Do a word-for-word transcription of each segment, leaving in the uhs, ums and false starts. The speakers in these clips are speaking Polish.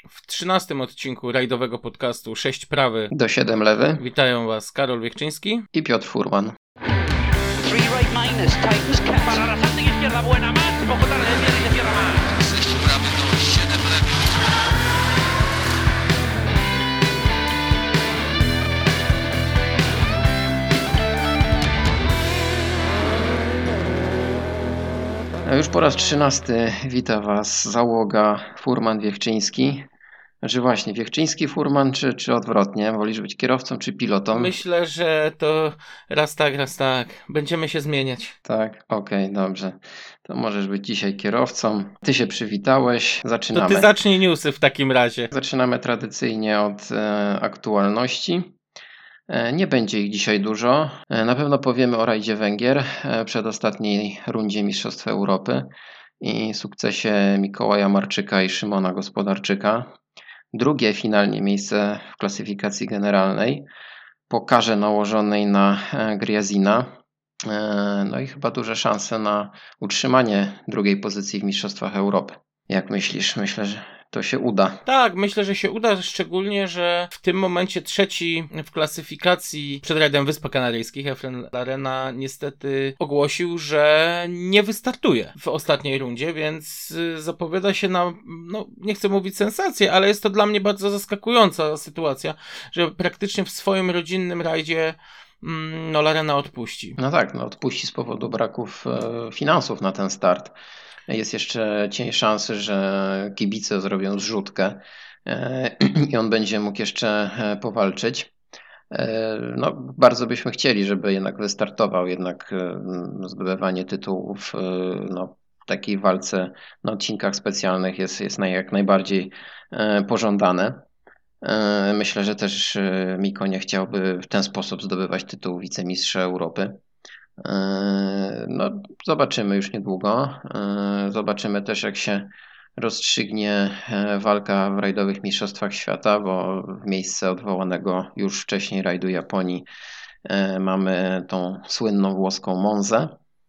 W trzynastym odcinku rajdowego podcastu sześć prawy do siedem lewy witają Was Karol Wiechczyński i Piotr Furman. A już po raz trzynasty wita Was załoga Furman Wiechczyński. Znaczy właśnie, Wiechczyński Furman, czy, czy odwrotnie? Wolisz być kierowcą czy pilotą? Myślę, że to raz tak, raz tak. Będziemy się zmieniać. Tak, okej, okay, dobrze. To możesz być dzisiaj kierowcą. Ty się przywitałeś, zaczynamy. To ty zacznij newsy w takim razie. Zaczynamy tradycyjnie od e, aktualności. E, nie będzie ich dzisiaj dużo. E, na pewno powiemy o rajdzie Węgier, e, przedostatniej rundzie Mistrzostwa Europy i sukcesie Mikołaja Marczyka i Szymona Gospodarczyka. Drugie finalnie miejsce w klasyfikacji generalnej po karze nałożonej na Gryazina. No i chyba duże szanse na utrzymanie drugiej pozycji w Mistrzostwach Europy. Jak myślisz? Myślę, że to się uda. Tak, myślę, że się uda, szczególnie, że w tym momencie trzeci w klasyfikacji przed rajdem Wysp Kanaryjskich, Efren Larena, niestety ogłosił, że nie wystartuje w ostatniej rundzie, więc zapowiada się na, no nie chcę mówić sensację, ale jest to dla mnie bardzo zaskakująca sytuacja, że praktycznie w swoim rodzinnym rajdzie no Larena odpuści. No tak, no odpuści z powodu braków e, finansów na ten start. Jest jeszcze cień szansy, że kibice zrobią zrzutkę e, i on będzie mógł jeszcze powalczyć. E, no, bardzo byśmy chcieli, żeby jednak wystartował, jednak e, zdobywanie tytułów e, no, w takiej walce na odcinkach specjalnych jest, jest naj, jak najbardziej e, pożądane. Myślę, że też Miko nie chciałby w ten sposób zdobywać tytuł wicemistrza Europy. No, zobaczymy już niedługo. Zobaczymy też, jak się rozstrzygnie walka w rajdowych mistrzostwach świata, bo w miejsce odwołanego już wcześniej rajdu Japonii mamy tą słynną włoską Monzę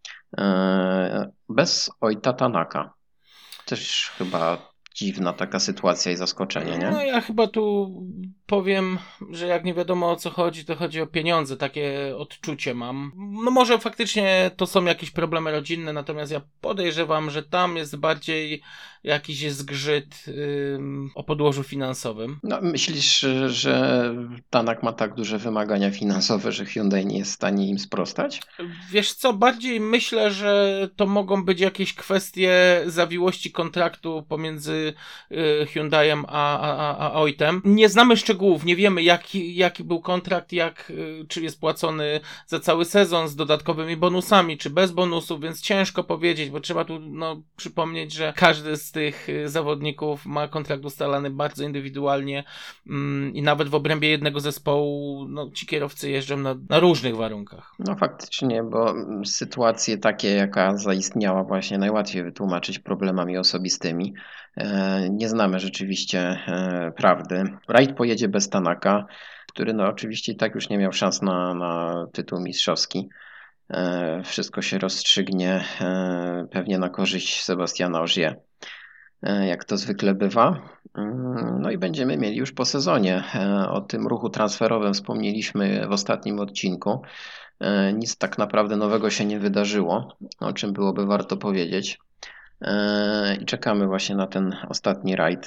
bez Ojta Tanaka. Też chyba dziwna taka sytuacja i zaskoczenie, nie? No ja chyba tu powiem, że jak nie wiadomo o co chodzi, to chodzi o pieniądze, takie odczucie mam. No może faktycznie to są jakieś problemy rodzinne, natomiast ja podejrzewam, że tam jest bardziej jakiś zgrzyt ym, o podłożu finansowym. No myślisz, że Tanak ma tak duże wymagania finansowe, że Hyundai nie jest w stanie im sprostać? Wiesz co, bardziej myślę, że to mogą być jakieś kwestie zawiłości kontraktu pomiędzy Hyundaiem a, a, a Ojtem. Nie znamy szczegółów, nie wiemy jaki, jaki był kontrakt, jak, czy jest płacony za cały sezon z dodatkowymi bonusami, czy bez bonusów, więc ciężko powiedzieć, bo trzeba tu no, przypomnieć, że każdy z tych zawodników ma kontrakt ustalany bardzo indywidualnie mm, i nawet w obrębie jednego zespołu no, ci kierowcy jeżdżą na, na różnych warunkach. No faktycznie, bo sytuacje takie, jaka zaistniała właśnie, najłatwiej wytłumaczyć problemami osobistymi. Nie znamy rzeczywiście prawdy. Rajd pojedzie bez Tanaka, który no oczywiście i tak już nie miał szans na, na tytuł mistrzowski. Wszystko się rozstrzygnie pewnie na korzyść Sebastiana Ogier, jak to zwykle bywa. No i będziemy mieli już po sezonie. O tym ruchu transferowym wspomnieliśmy w ostatnim odcinku. Nic tak naprawdę nowego się nie wydarzyło, o czym byłoby warto powiedzieć. I czekamy właśnie na ten ostatni rajd.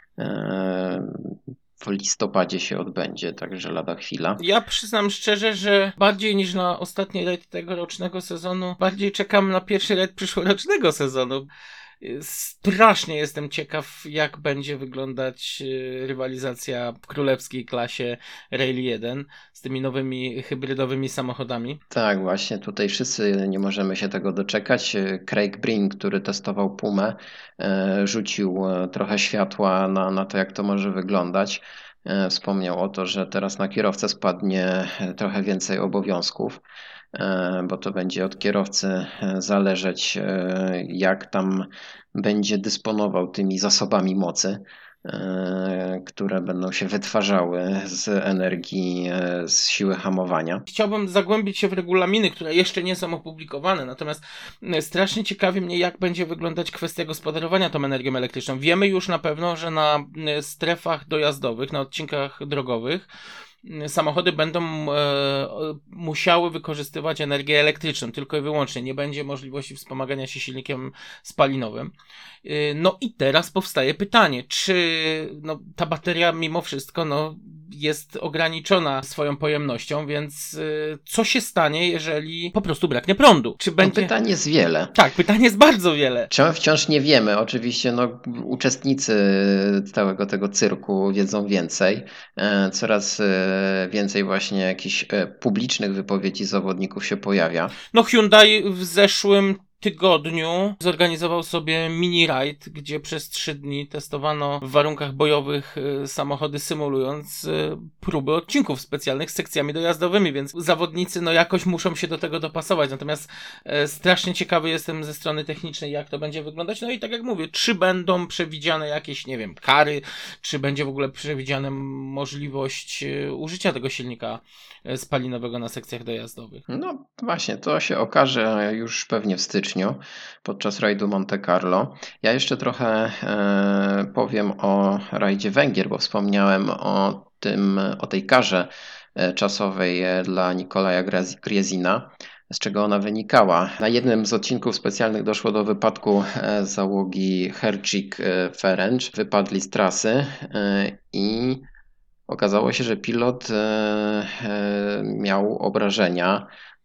W listopadzie się odbędzie, także lada chwila. Ja przyznam szczerze, że bardziej niż na ostatni rajd tegorocznego sezonu, bardziej czekam na pierwszy rajd przyszłorocznego sezonu. Strasznie jestem ciekaw, jak będzie wyglądać rywalizacja w królewskiej klasie Rally jeden z tymi nowymi hybrydowymi samochodami. Tak, właśnie tutaj wszyscy nie możemy się tego doczekać. Craig Breen, który testował Pumę, rzucił trochę światła na, na to, jak to może wyglądać. Wspomniał o to, że teraz na kierowcę spadnie trochę więcej obowiązków, bo to będzie od kierowcy zależeć, jak tam będzie dysponował tymi zasobami mocy. które będą się wytwarzały z energii, z siły hamowania. Chciałbym zagłębić się w regulaminy, które jeszcze nie są opublikowane, natomiast strasznie ciekawi mnie, jak będzie wyglądać kwestia gospodarowania tą energią elektryczną. Wiemy już na pewno, że na strefach dojazdowych, na odcinkach drogowych samochody będą e, musiały wykorzystywać energię elektryczną, tylko i wyłącznie. Nie będzie możliwości wspomagania się silnikiem spalinowym. E, no i teraz powstaje pytanie, czy no, ta bateria mimo wszystko no, jest ograniczona swoją pojemnością, więc e, co się stanie, jeżeli po prostu braknie prądu? Czy będzie... No, pytań jest wiele. Tak, pytań jest bardzo wiele. Wciąż nie wiemy. Oczywiście no, uczestnicy całego tego cyrku wiedzą więcej. Coraz więcej właśnie jakichś publicznych wypowiedzi zawodników się pojawia. No Hyundai w zeszłym tygodniu zorganizował sobie mini rajd, gdzie przez trzy dni testowano w warunkach bojowych samochody, symulując próby odcinków specjalnych z sekcjami dojazdowymi, więc zawodnicy no jakoś muszą się do tego dopasować. Natomiast strasznie ciekawy jestem ze strony technicznej, jak to będzie wyglądać. No i tak jak mówię, czy będą przewidziane jakieś, nie wiem, kary, czy będzie w ogóle przewidziana możliwość użycia tego silnika spalinowego na sekcjach dojazdowych. No właśnie, to się okaże już pewnie w styczniu podczas rajdu Monte Carlo. Ja jeszcze trochę e, powiem o rajdzie Węgier, bo wspomniałem o tym, o tej karze czasowej dla Nikolaja Griezina, z czego ona wynikała. Na jednym z odcinków specjalnych doszło do wypadku załogi Hercik-Ferenc. Wypadli z trasy i okazało się, że pilot miał obrażenia,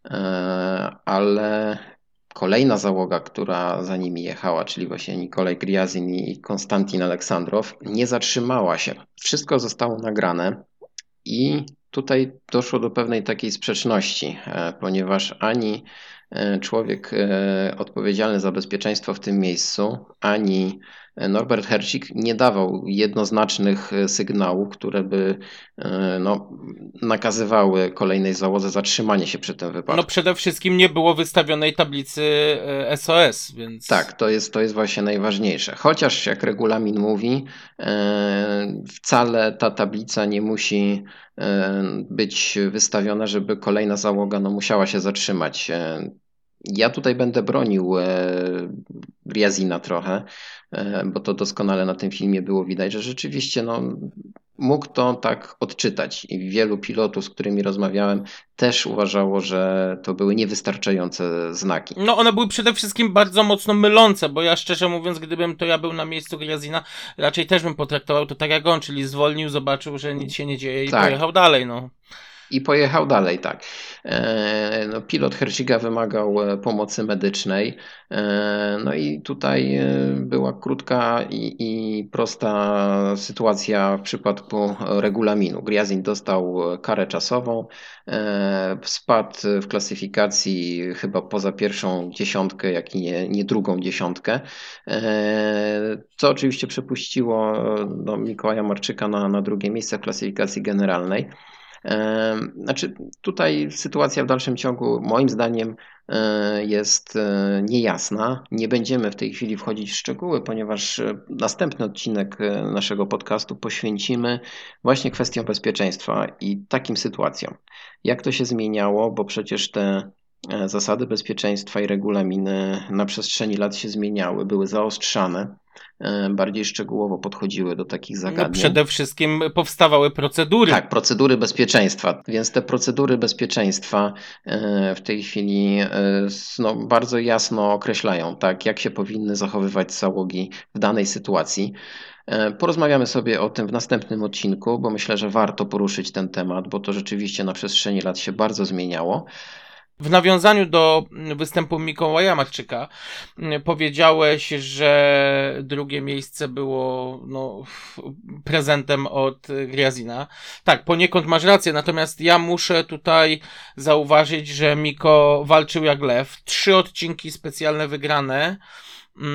ale kolejna załoga, która za nimi jechała, czyli właśnie Nikolaj Griazin i Konstantin Aleksandrow, nie zatrzymała się. Wszystko zostało nagrane i tutaj doszło do pewnej takiej sprzeczności, ponieważ ani człowiek odpowiedzialny za bezpieczeństwo w tym miejscu, ani Norbert Hercik nie dawał jednoznacznych sygnałów, które by no, nakazywały kolejnej załodze zatrzymanie się przy tym wypadku. No przede wszystkim nie było wystawionej tablicy S O S, więc... Tak, to jest, to jest właśnie najważniejsze. Chociaż jak regulamin mówi, wcale ta tablica nie musi być wystawiona, żeby kolejna załoga no, musiała się zatrzymać. Ja tutaj będę bronił Griazina trochę, bo to doskonale na tym filmie było widać, że rzeczywiście no, mógł to tak odczytać i wielu pilotów, z którymi rozmawiałem, też uważało, że to były niewystarczające znaki. No one były przede wszystkim bardzo mocno mylące, bo ja szczerze mówiąc, gdybym to ja był na miejscu Griazina, raczej też bym potraktował to tak jak on, czyli zwolnił, zobaczył, że nic się nie dzieje i tak. pojechał dalej, no. I pojechał dalej, tak. No, pilot Herciga wymagał pomocy medycznej. No i tutaj była krótka i, i prosta sytuacja w przypadku regulaminu. Griazin dostał karę czasową, spadł w klasyfikacji chyba poza pierwszą dziesiątkę, jak i nie, nie drugą dziesiątkę, co oczywiście przepuściło no, Mikołaja Marczyka na, na drugie miejsce w klasyfikacji generalnej. Znaczy, tutaj sytuacja w dalszym ciągu moim zdaniem jest niejasna. Nie będziemy w tej chwili wchodzić w szczegóły, ponieważ następny odcinek naszego podcastu poświęcimy właśnie kwestiom bezpieczeństwa i takim sytuacjom. Jak to się zmieniało, bo przecież te zasady bezpieczeństwa i regulaminy na przestrzeni lat się zmieniały, były zaostrzane. Bardziej szczegółowo podchodziły do takich zagadnień. No przede wszystkim powstawały procedury. Tak, procedury bezpieczeństwa, więc te procedury bezpieczeństwa w tej chwili no, bardzo jasno określają, tak, jak się powinny zachowywać załogi w danej sytuacji. Porozmawiamy sobie o tym w następnym odcinku, bo myślę, że warto poruszyć ten temat, bo to rzeczywiście na przestrzeni lat się bardzo zmieniało. W nawiązaniu do występu Mikołaja Marczyka powiedziałeś, że drugie miejsce było no, prezentem od Griazina. Tak, poniekąd masz rację, natomiast ja muszę tutaj zauważyć, że Miko walczył jak lew. Trzy odcinki specjalne wygrane.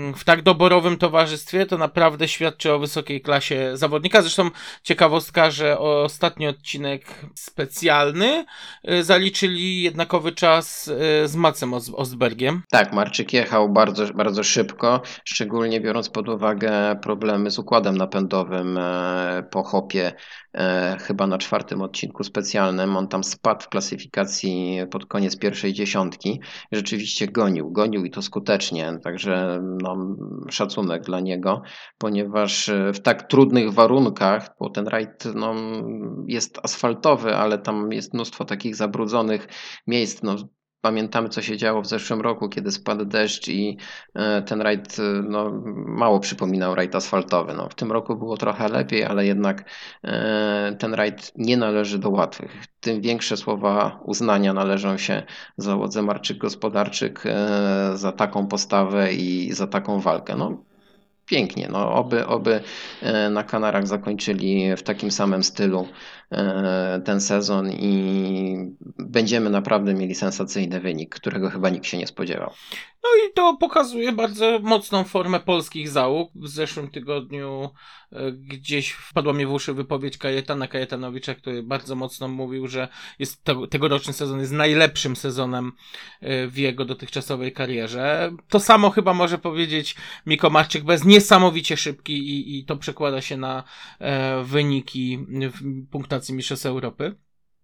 w tak doborowym towarzystwie, to naprawdę świadczy o wysokiej klasie zawodnika. Zresztą ciekawostka, że ostatni odcinek specjalny zaliczyli jednakowy czas z Macem Ostbergiem. Tak, Marczyk jechał bardzo, bardzo szybko, szczególnie biorąc pod uwagę problemy z układem napędowym po hopie, chyba na czwartym odcinku specjalnym. On tam spadł w klasyfikacji pod koniec pierwszej dziesiątki. Rzeczywiście gonił, gonił i to skutecznie, także no, szacunek dla niego, ponieważ w tak trudnych warunkach, bo ten rajd no, jest asfaltowy, ale tam jest mnóstwo takich zabrudzonych miejsc, no, pamiętamy, co się działo w zeszłym roku, kiedy spadł deszcz i ten rajd no, mało przypominał rajd asfaltowy. No, w tym roku było trochę lepiej, ale jednak ten rajd nie należy do łatwych. Tym większe słowa uznania należą się załodze Marczyk-Gospodarczyk za taką postawę i za taką walkę. No, pięknie, no oby, oby na Kanarach zakończyli w takim samym stylu ten sezon i będziemy naprawdę mieli sensacyjny wynik, którego chyba nikt się nie spodziewał. No i to pokazuje bardzo mocną formę polskich załóg. W zeszłym tygodniu gdzieś wpadła mi w uszy wypowiedź Kajetana Kajetanowicza, który bardzo mocno mówił, że jest to, tegoroczny sezon jest najlepszym sezonem w jego dotychczasowej karierze. To samo chyba może powiedzieć Miko Marczyk, bez niesamowicie szybki i, i to przekłada się na e, wyniki w punktacji Mistrzostw Europy.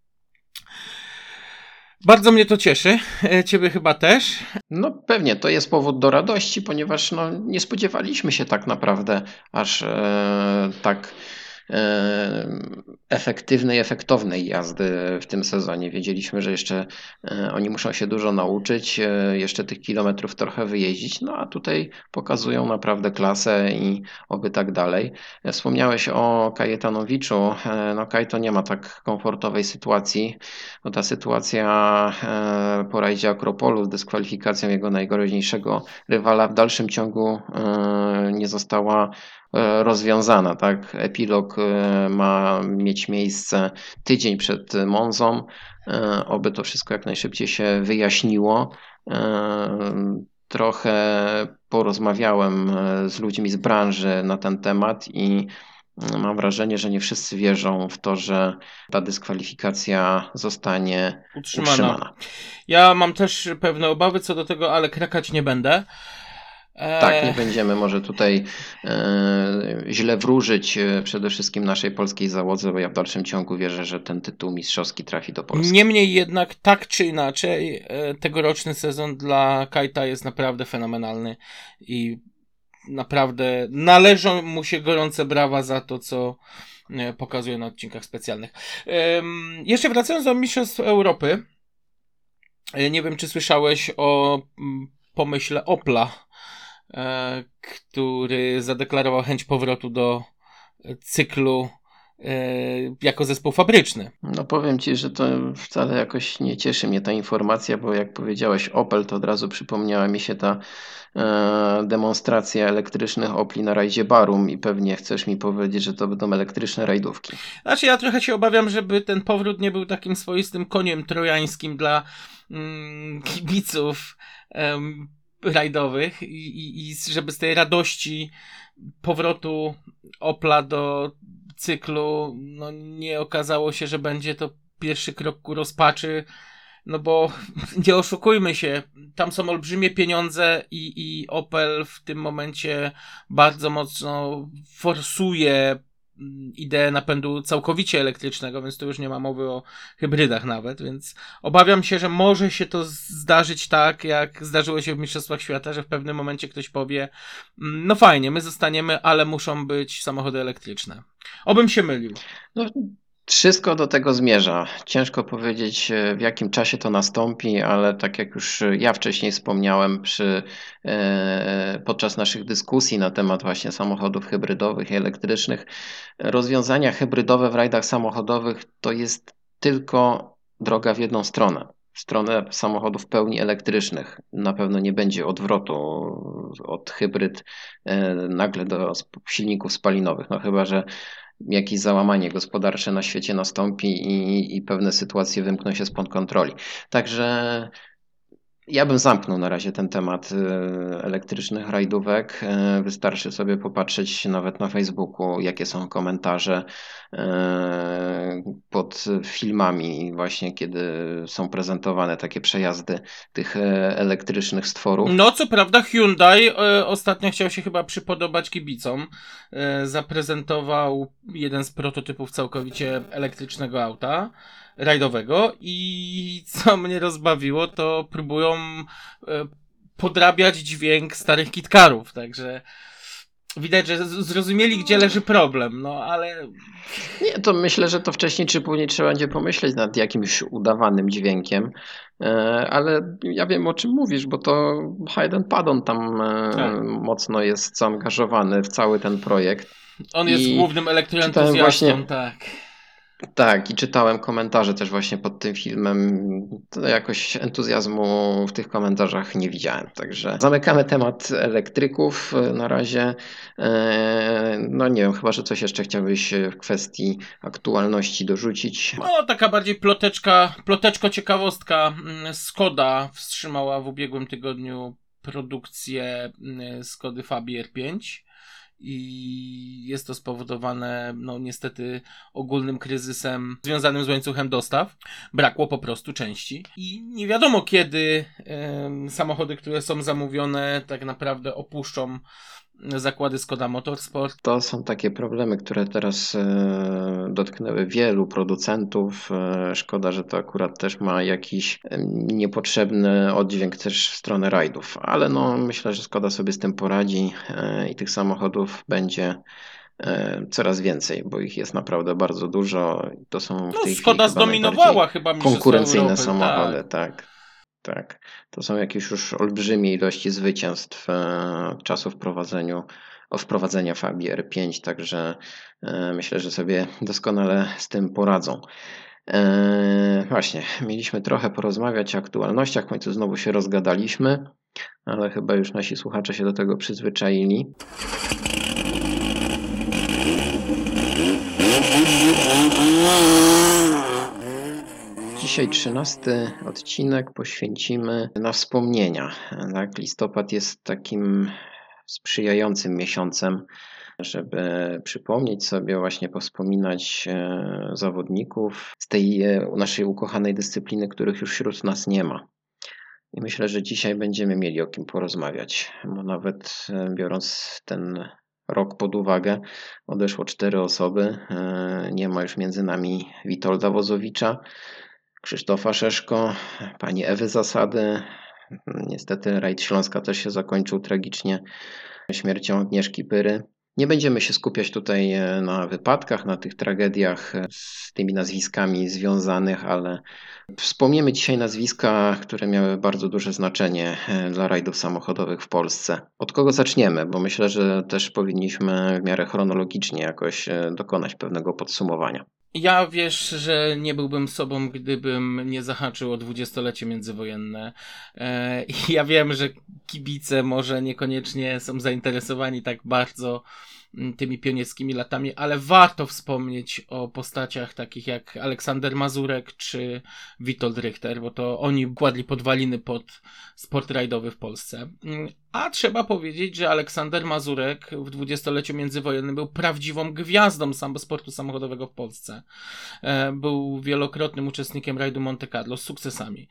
Bardzo mnie to cieszy. Ciebie chyba też. No pewnie, to jest powód do radości, ponieważ no, nie spodziewaliśmy się tak naprawdę aż e, tak e, efektywnej, efektownej jazdy w tym sezonie. Wiedzieliśmy, że jeszcze e, oni muszą się dużo nauczyć, e, jeszcze tych kilometrów trochę wyjeździć, no a tutaj pokazują naprawdę klasę i oby tak dalej. E, wspomniałeś o Kajetanowiczu. E, no Kajto nie ma tak komfortowej sytuacji, bo ta sytuacja e, po rajdzie Akropolu z dyskwalifikacją jego najgroźniejszego rywala w dalszym ciągu e, nie została rozwiązana, tak? Epilog ma mieć miejsce tydzień przed Monzą. Oby to wszystko jak najszybciej się wyjaśniło. Trochę porozmawiałem z ludźmi z branży na ten temat i mam wrażenie, że nie wszyscy wierzą w to, że ta dyskwalifikacja zostanie utrzymana. utrzymana. Ja mam też pewne obawy co do tego, ale krakać nie będę. Tak, nie będziemy może tutaj e, źle wróżyć przede wszystkim naszej polskiej załodze, bo ja w dalszym ciągu wierzę, że ten tytuł mistrzowski trafi do Polski. Niemniej jednak tak czy inaczej e, tegoroczny sezon dla Kajta jest naprawdę fenomenalny i naprawdę należą mu się gorące brawa za to, co e, pokazuje na odcinkach specjalnych. E, jeszcze wracając do Mistrzostw Europy, e, nie wiem, czy słyszałeś o m, pomyśle Opla, który zadeklarował chęć powrotu do cyklu jako zespół fabryczny. No powiem Ci, że to wcale jakoś nie cieszy mnie ta informacja, bo jak powiedziałeś Opel, to od razu przypomniała mi się ta e, demonstracja elektrycznych Opli na rajdzie Barum i pewnie chcesz mi powiedzieć, że to będą elektryczne rajdówki. Znaczy ja trochę się obawiam, żeby ten powrót nie był takim swoistym koniem trojańskim dla mm, kibiców um, rajdowych i, i, i żeby z tej radości powrotu Opla do cyklu no nie okazało się, że będzie to pierwszy krok ku rozpaczy, no bo nie oszukujmy się, tam są olbrzymie pieniądze i, i Opel w tym momencie bardzo mocno forsuje ideę napędu całkowicie elektrycznego, więc tu już nie ma mowy o hybrydach nawet, więc obawiam się, że może się to zdarzyć tak, jak zdarzyło się w Mistrzostwach Świata, że w pewnym momencie ktoś powie, no fajnie, my zostaniemy, ale muszą być samochody elektryczne. Obym się mylił. No, wszystko do tego zmierza. Ciężko powiedzieć, w jakim czasie to nastąpi, ale tak jak już ja wcześniej wspomniałem przy, e, podczas naszych dyskusji na temat właśnie samochodów hybrydowych i elektrycznych, rozwiązania hybrydowe w rajdach samochodowych to jest tylko droga w jedną stronę. W stronę samochodów w pełni elektrycznych. Na pewno nie będzie odwrotu od hybryd e, nagle do silników spalinowych. No chyba, że jakieś załamanie gospodarcze na świecie nastąpi i, i pewne sytuacje wymkną się spod kontroli. Także Ja bym zamknął na razie ten temat elektrycznych rajdówek. Wystarczy sobie popatrzeć nawet na Facebooku, jakie są komentarze pod filmami właśnie, kiedy są prezentowane takie przejazdy tych elektrycznych stworów. No co prawda Hyundai e, ostatnio chciał się chyba przypodobać kibicom. E, zaprezentował jeden z prototypów całkowicie elektrycznego auta rajdowego i co mnie rozbawiło, to próbują e, podrabiać dźwięk starych kitkarów, także widać, że z- zrozumieli, gdzie leży problem, no ale Nie, to myślę, że to wcześniej czy później trzeba będzie pomyśleć nad jakimś udawanym dźwiękiem, e, ale ja wiem, o czym mówisz, bo to Hayden Paddon tam e, Tak. mocno jest zaangażowany w cały ten projekt. on jest I głównym czytałem elektroentuzjastą, właśnie- tak. Tak, i czytałem komentarze też właśnie pod tym filmem. To jakoś entuzjazmu w tych komentarzach nie widziałem. Także zamykamy temat elektryków e, na razie. E, No nie wiem, chyba że coś jeszcze chciałbyś w kwestii aktualności dorzucić. No, taka bardziej ploteczka, ploteczko ciekawostka. Mm, Skoda wstrzymała w ubiegłym tygodniu produkcję mm, Skody Fabii R pięć i jest to spowodowane, no niestety, ogólnym kryzysem związanym z łańcuchem dostaw. Brakło po prostu części i nie wiadomo kiedy em, samochody, które są zamówione, tak naprawdę opuszczą zakłady Skoda Motorsport. To są takie problemy, które teraz e, dotknęły wielu producentów. E, Szkoda, że to akurat też ma jakiś e, niepotrzebny oddźwięk też w stronę rajdów, ale no myślę, że Skoda sobie z tym poradzi e, i tych samochodów będzie e, coraz więcej, bo ich jest naprawdę bardzo dużo. To są w No, tej chwili Skoda chyba zdominowała chyba mistrzostwa konkurencyjne Europy, samochody, tak. tak. Tak, to są jakieś już olbrzymie ilości zwycięstw e, od czasu wprowadzeniu, od wprowadzenia Fabii R pięć, także e, myślę, że sobie doskonale z tym poradzą. E, właśnie, mieliśmy trochę porozmawiać o aktualnościach, w końcu znowu się rozgadaliśmy, ale chyba już nasi słuchacze się do tego przyzwyczaili. Dzisiaj trzynasty odcinek poświęcimy na wspomnienia. Tak? Listopad jest takim sprzyjającym miesiącem, żeby przypomnieć sobie, właśnie powspominać e, zawodników z tej e, naszej ukochanej dyscypliny, których już wśród nas nie ma. I myślę, że dzisiaj będziemy mieli o kim porozmawiać, bo nawet e, biorąc ten rok pod uwagę, odeszło cztery osoby. E, Nie ma już między nami Witolda Wozowicza, Krzysztofa Szeszko, pani Ewy Zasady. Niestety rajd Śląska też się zakończył tragicznie śmiercią Agnieszki Pyry. Nie będziemy się skupiać tutaj na wypadkach, na tych tragediach z tymi nazwiskami związanych, ale wspomniemy dzisiaj nazwiska, które miały bardzo duże znaczenie dla rajdów samochodowych w Polsce. Od kogo zaczniemy? Bo myślę, że też powinniśmy w miarę chronologicznie jakoś dokonać pewnego podsumowania. Ja wiesz, że nie byłbym sobą, gdybym nie zahaczył o dwudziestolecie międzywojenne. E, i ja wiem, że kibice może niekoniecznie są zainteresowani tak bardzo mm, tymi pionierskimi latami, ale warto wspomnieć o postaciach takich jak Aleksander Mazurek czy Witold Richter, bo to oni kładli podwaliny pod sport rajdowy w Polsce. Mm, A trzeba powiedzieć, że Aleksander Mazurek w dwudziestoleciu międzywojennym był prawdziwą gwiazdą sam sportu samochodowego w Polsce. E, Był wielokrotnym uczestnikiem rajdu Monte Carlo z sukcesami.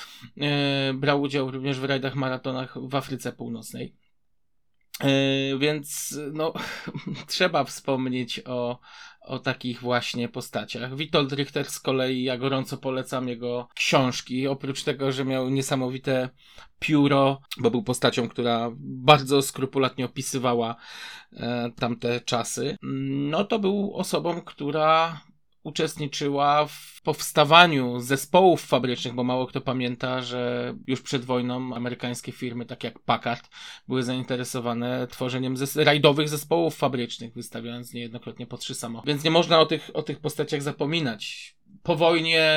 E, Brał udział również w rajdach maratonach w Afryce Północnej. E, Więc no, trzeba wspomnieć o, o takich właśnie postaciach. Witold Richter z kolei, ja gorąco polecam jego książki. Oprócz tego, że miał niesamowite pióro, bo był postacią, która bardzo skrupulatnie opisywała e, tamte czasy, no to był osobą, która uczestniczyła w powstawaniu zespołów fabrycznych, bo mało kto pamięta, że już przed wojną amerykańskie firmy, takie jak Packard, były zainteresowane tworzeniem zes- rajdowych zespołów fabrycznych, wystawiając niejednokrotnie po trzy samochody. Więc nie można o tych, o tych postaciach zapominać. Po wojnie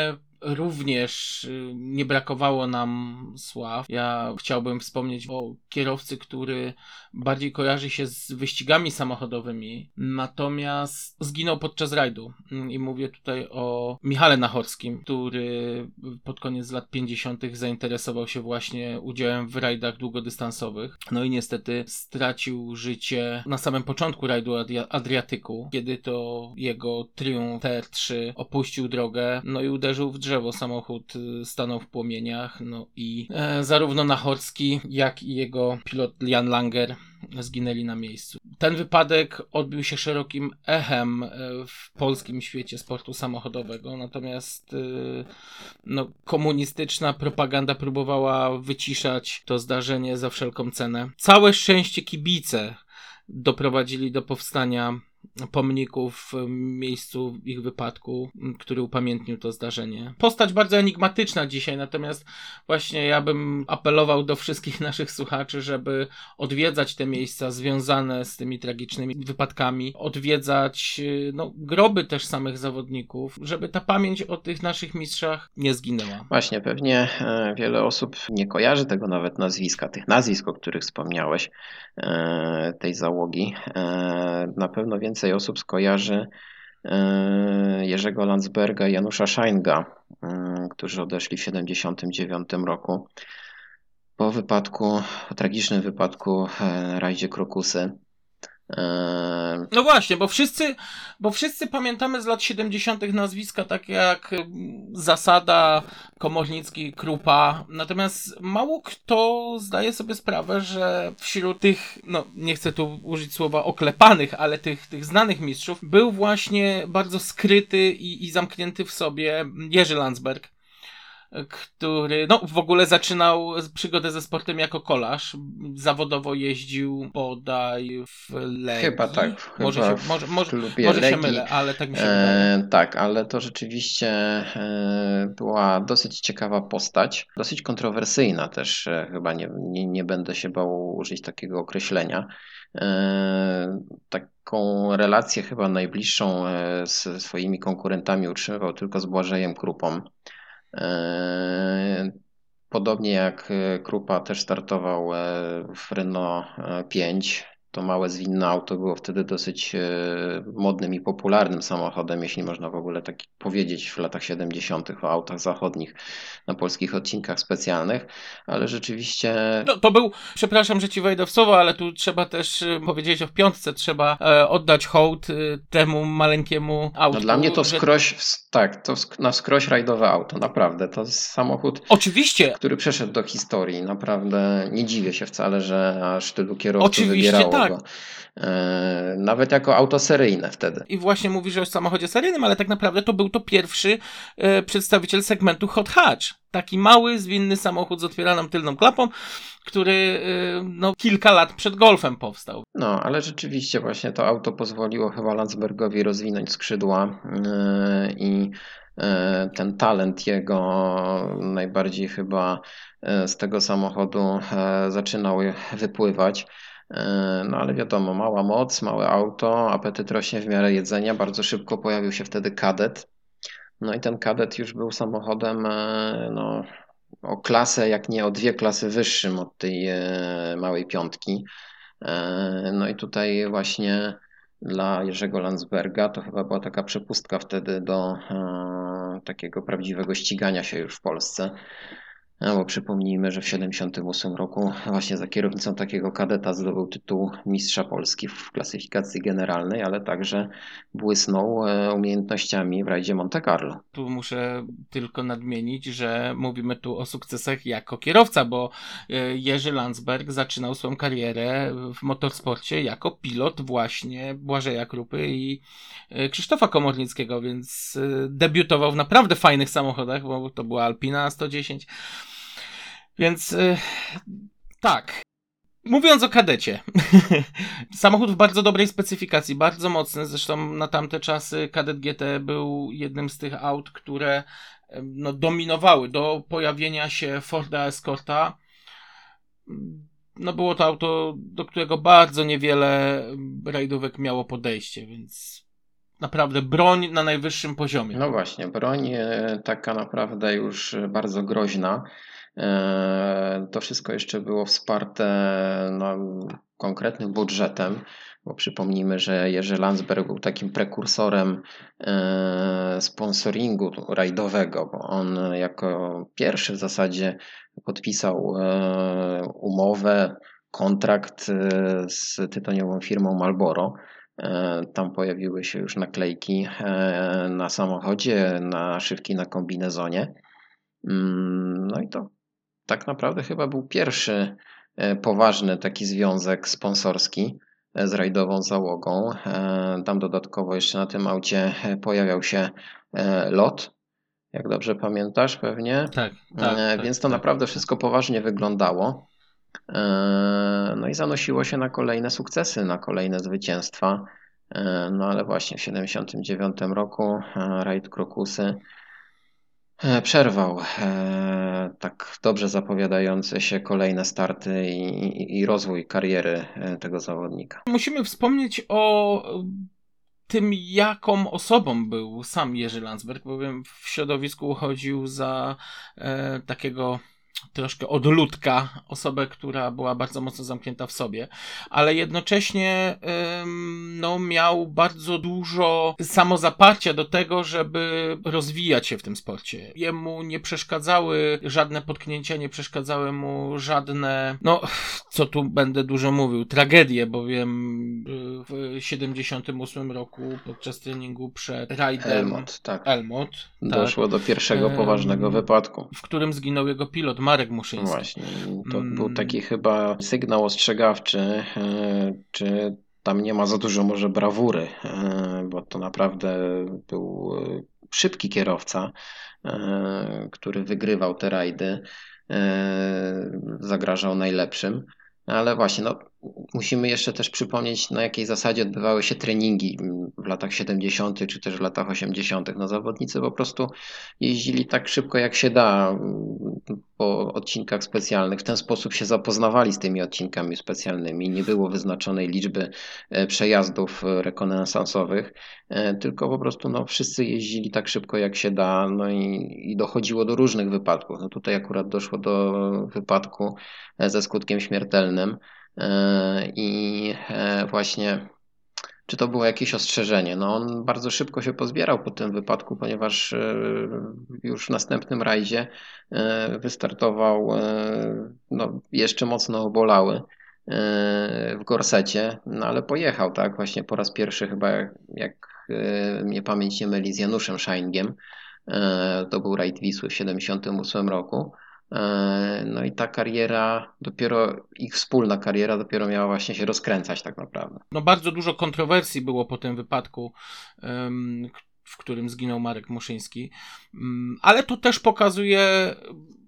również nie brakowało nam sław. Ja chciałbym wspomnieć o kierowcy, który bardziej kojarzy się z wyścigami samochodowymi, natomiast zginął podczas rajdu. I mówię tutaj o Michale Nachorskim, który pod koniec lat pięćdziesiątych zainteresował się właśnie udziałem w rajdach długodystansowych. No i niestety stracił życie na samym początku rajdu Adria- Adriatyku, kiedy to jego Triumph T R trzy opuścił drogę, no i uderzył w drzewo. Samochód stanął w płomieniach, no i e, zarówno Nachorski, jak i jego pilot Jan Langer zginęli na miejscu. Ten wypadek odbił się szerokim echem w polskim świecie sportu samochodowego, natomiast yy, no, komunistyczna propaganda próbowała wyciszać to zdarzenie za wszelką cenę. Całe szczęście kibice doprowadzili do powstania pomników w miejscu ich wypadku, który upamiętnił to zdarzenie. Postać bardzo enigmatyczna dzisiaj, natomiast właśnie ja bym apelował do wszystkich naszych słuchaczy, żeby odwiedzać te miejsca związane z tymi tragicznymi wypadkami, odwiedzać no, groby też samych zawodników, żeby ta pamięć o tych naszych mistrzach nie zginęła. Właśnie, pewnie wiele osób nie kojarzy tego nawet nazwiska, tych nazwisk, o których wspomniałeś, tej załogi. Na pewno więcej osób skojarzy Jerzego Landsberga i Janusza Scheinga, którzy odeszli w siedemdziesiątym dziewiątym roku po wypadku, po tragicznym wypadku na rajdzie Krokusy. No właśnie, bo wszyscy, bo wszyscy pamiętamy z lat siedemdziesiątych nazwiska takie jak Zasada, Komornicki, Krupa, natomiast mało kto zdaje sobie sprawę, że wśród tych, no nie chcę tu użyć słowa oklepanych, ale tych, tych znanych mistrzów był właśnie bardzo skryty i, i zamknięty w sobie Jerzy Landsberg, który no w ogóle zaczynał przygodę ze sportem jako kolarz. Zawodowo jeździł bodaj w Legii. Chyba tak. Może, chyba się, może, może, klubie może się Legii. mylę, ale tak mi się wydaje. E, tak, ale to rzeczywiście e, była dosyć ciekawa postać. Dosyć kontrowersyjna też. E, chyba nie, nie, nie będę się bał użyć takiego określenia. E, taką relację chyba najbliższą e, z swoimi konkurentami utrzymywał tylko z Błażejem Krupą. Podobnie jak Krupa też startował w Renault pięć. To małe zwinne auto było wtedy dosyć modnym i popularnym samochodem, jeśli można w ogóle tak powiedzieć, w latach siedemdziesiątych o autach zachodnich na polskich odcinkach specjalnych, ale rzeczywiście... No to był, przepraszam, że ci wejdę w słowo, ale tu trzeba też powiedzieć o piątce, trzeba e, oddać hołd e, temu maleńkiemu autku. No dla mnie to że... wskroś, tak, to na wskroś rajdowe auto, naprawdę. To jest samochód, Oczywiście. który przeszedł do historii. Naprawdę nie dziwię się wcale, że aż tylu kierowców Oczywiście, wybierało tak. go. E, nawet jako auto seryjne wtedy. I właśnie mówisz o samochodzie seryjnym, ale tak naprawdę to był to pierwszy e, przedstawiciel segmentu hot hatch. Taki mały, zwinny samochód z otwieraną tylną klapą, który e, no, kilka lat przed Golfem powstał. No, ale rzeczywiście właśnie to auto pozwoliło chyba Landsbergowi rozwinąć skrzydła e, i e, ten talent jego najbardziej chyba e, z tego samochodu e, zaczynał wypływać. No ale wiadomo, mała moc, małe auto, apetyt rośnie w miarę jedzenia. Bardzo szybko pojawił się wtedy Kadet. No i ten Kadet już był samochodem no, o klasę, jak nie o dwie klasy wyższym od tej małej piątki. No i tutaj właśnie dla Jerzego Landsberga to chyba była taka przepustka wtedy do takiego prawdziwego ścigania się już w Polsce. No bo przypomnijmy, że w siedemdziesiątym ósmym roku właśnie za kierownicą takiego kadeta zdobył tytuł mistrza Polski w klasyfikacji generalnej, ale także błysnął umiejętnościami w rajdzie Monte Carlo. Tu muszę tylko nadmienić, że mówimy tu o sukcesach jako kierowca, bo Jerzy Landsberg zaczynał swoją karierę w motorsporcie jako pilot właśnie Błażeja Krupy i Krzysztofa Komornickiego, więc debiutował w naprawdę fajnych samochodach, bo to była Alpina sto dziesięć. Więc yy, tak, mówiąc o Kadecie, samochód w bardzo dobrej specyfikacji, bardzo mocny, zresztą na tamte czasy Kadet G T był jednym z tych aut, które no, dominowały do pojawienia się Forda Escorta. No było to auto, do którego bardzo niewiele rajdówek miało podejście, więc naprawdę broń na najwyższym poziomie. No właśnie, broń taka naprawdę już bardzo groźna. To wszystko jeszcze było wsparte no, konkretnym budżetem, bo przypomnijmy, że Jerzy Landsberg był takim prekursorem sponsoringu rajdowego, bo on jako pierwszy w zasadzie podpisał umowę, kontrakt z tytoniową firmą Marlboro. Tam pojawiły się już naklejki na samochodzie, naszywki na kombinezonie. No i to tak naprawdę chyba był pierwszy poważny taki związek sponsorski z rajdową załogą. Tam dodatkowo jeszcze na tym aucie pojawiał się lot, jak dobrze pamiętasz pewnie. Tak, tak. Więc tak, to tak, naprawdę tak. wszystko poważnie wyglądało. No i zanosiło się na kolejne sukcesy, na kolejne zwycięstwa. No ale właśnie w siedemdziesiątym dziewiątym roku rajd Krokusy przerwał tak dobrze zapowiadające się kolejne starty i, i rozwój kariery tego zawodnika. Musimy wspomnieć o tym, jaką osobą był sam Jerzy Landsberg, bowiem w środowisku uchodził za e, takiego troszkę odludka, osobę, która była bardzo mocno zamknięta w sobie, ale jednocześnie ym, no, miał bardzo dużo samozaparcia do tego, żeby rozwijać się w tym sporcie. Jemu nie przeszkadzały żadne potknięcia, nie przeszkadzały mu żadne, no co tu będę dużo mówił, tragedie, bowiem w siedemdziesiątym ósmym roku podczas treningu przed rajdem Elmot, tak. Elmot Doszło tak, do pierwszego ym, poważnego wypadku, w którym zginął jego pilot Marek Muszyński. Właśnie, to był taki chyba sygnał ostrzegawczy, czy tam nie ma za dużo może brawury, bo to naprawdę był szybki kierowca, który wygrywał te rajdy, zagrażał najlepszym. Ale właśnie, no, musimy jeszcze też przypomnieć, na jakiej zasadzie odbywały się treningi w latach siedemdziesiątych czy też w latach osiemdziesiątych. No, zawodnicy po prostu jeździli tak szybko jak się da po odcinkach specjalnych. W ten sposób się zapoznawali z tymi odcinkami specjalnymi. Nie było wyznaczonej liczby przejazdów rekonesansowych, tylko po prostu no, wszyscy jeździli tak szybko jak się da, no i, i dochodziło do różnych wypadków. No, tutaj akurat doszło do wypadku ze skutkiem śmiertelnym i właśnie czy to było jakieś ostrzeżenie? No on bardzo szybko się pozbierał po tym wypadku, ponieważ już w następnym rajdzie wystartował no, jeszcze mocno obolały w gorsecie, no ale pojechał, tak, właśnie po raz pierwszy chyba, jak, jak mnie pamięć nie myli, z Januszem Scheingiem. To był rajd Wisły w siedemdziesiątym ósmym roku. No i ta kariera, dopiero ich wspólna kariera dopiero miała właśnie się rozkręcać tak naprawdę. No bardzo dużo kontrowersji było po tym wypadku, w którym zginął Marek Muszyński, ale to też pokazuje,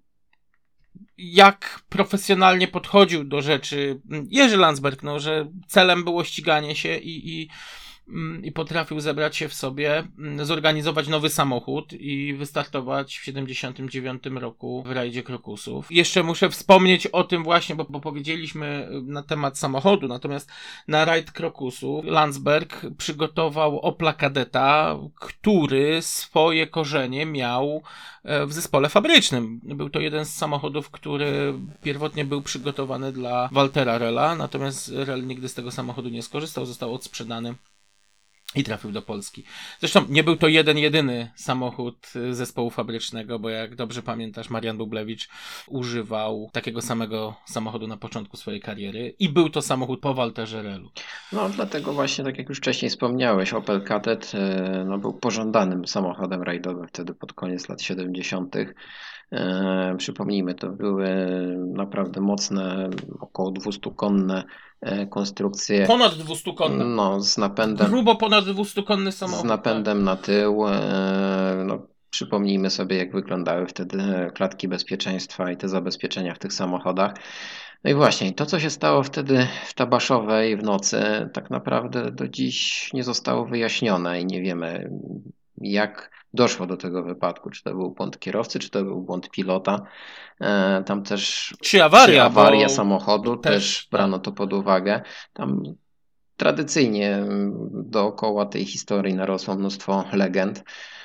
jak profesjonalnie podchodził do rzeczy Jerzy Landsberg, no, że celem było ściganie się i, i i potrafił zebrać się w sobie, zorganizować nowy samochód i wystartować w siedemdziesiątym dziewiątym roku w rajdzie Krokusów. Jeszcze muszę wspomnieć o tym właśnie, bo, bo powiedzieliśmy na temat samochodu, natomiast na rajd Krokusów Landsberg przygotował Opla Kadeta, który swoje korzenie miał w zespole fabrycznym. Był to jeden z samochodów, który pierwotnie był przygotowany dla Waltera Rölla, natomiast Röll nigdy z tego samochodu nie skorzystał, został odsprzedany i trafił do Polski. Zresztą nie był to jeden, jedyny samochód zespołu fabrycznego, bo jak dobrze pamiętasz, Marian Bublewicz używał takiego samego samochodu na początku swojej kariery i był to samochód po Walterze Röllu. No dlatego właśnie, tak jak już wcześniej wspomniałeś, Opel Kadett no, był pożądanym samochodem rajdowym wtedy pod koniec lat siedemdziesiątych. E, przypomnijmy, to były naprawdę mocne, około dwieście-konne konstrukcje. Ponad dwieście-konne. No, z napędem. Grubo ponad dwieście-konny samochód. Z napędem tak. na tył. No, przypomnijmy sobie, jak wyglądały wtedy klatki bezpieczeństwa i te zabezpieczenia w tych samochodach. No i właśnie, to co się stało wtedy w Tabaszowej w nocy, tak naprawdę do dziś nie zostało wyjaśnione i nie wiemy, jak doszło do tego wypadku. Czy to był błąd kierowcy, czy to był błąd pilota. Tam też czy awaria, czy awaria samochodu, też, też brano tak. to pod uwagę. Tam tradycyjnie dookoła tej historii narosło mnóstwo legend.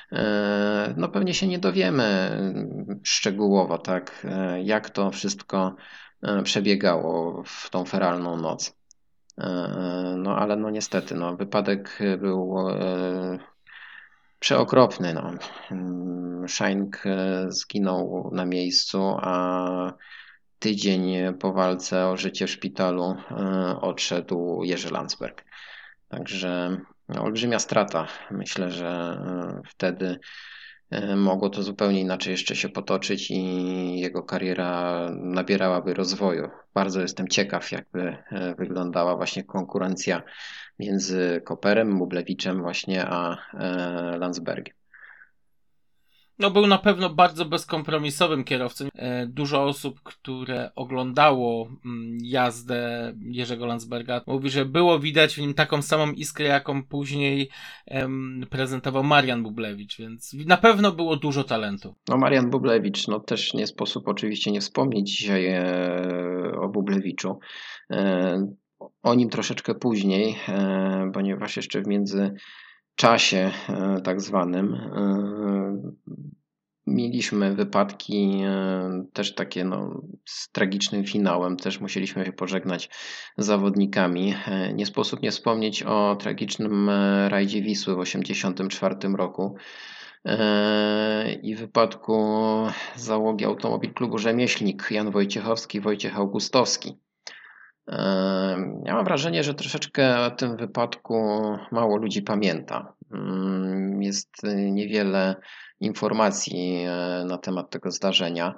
No pewnie się nie dowiemy szczegółowo, tak, jak to wszystko przebiegało w tą feralną noc. No ale no niestety, no, wypadek był przeokropny. No. Shank zginął na miejscu, a tydzień po walce o życie w szpitalu odszedł Jerzy Landsberg. Także no, olbrzymia strata. Myślę, że wtedy mogło to zupełnie inaczej jeszcze się potoczyć i jego kariera nabierałaby rozwoju. Bardzo jestem ciekaw, jakby wyglądała właśnie konkurencja między Koperem, Bublewiczem właśnie a Landsbergiem. No był na pewno bardzo bezkompromisowym kierowcą. Dużo osób, które oglądało jazdę Jerzego Landsberga, mówi, że było widać w nim taką samą iskrę, jaką później em, prezentował Marian Bublewicz, więc na pewno było dużo talentu. No Marian Bublewicz, no też nie sposób oczywiście nie wspomnieć dzisiaj e, o Bublewiczu. E, o nim troszeczkę później, e, ponieważ jeszcze w międzyczasie e, tak zwanym e, mieliśmy wypadki e, też takie no, z tragicznym finałem, też musieliśmy się pożegnać z zawodnikami. E, nie sposób nie wspomnieć o tragicznym e, rajdzie Wisły w osiemdziesiątym czwartym roku e, i wypadku załogi Automobil Klubu Rzemieślnik Jan Wojciechowski, Wojciech Augustowski. E, ja mam wrażenie, że troszeczkę o tym wypadku mało ludzi pamięta. Mm, Jest niewiele informacji e, na temat tego zdarzenia.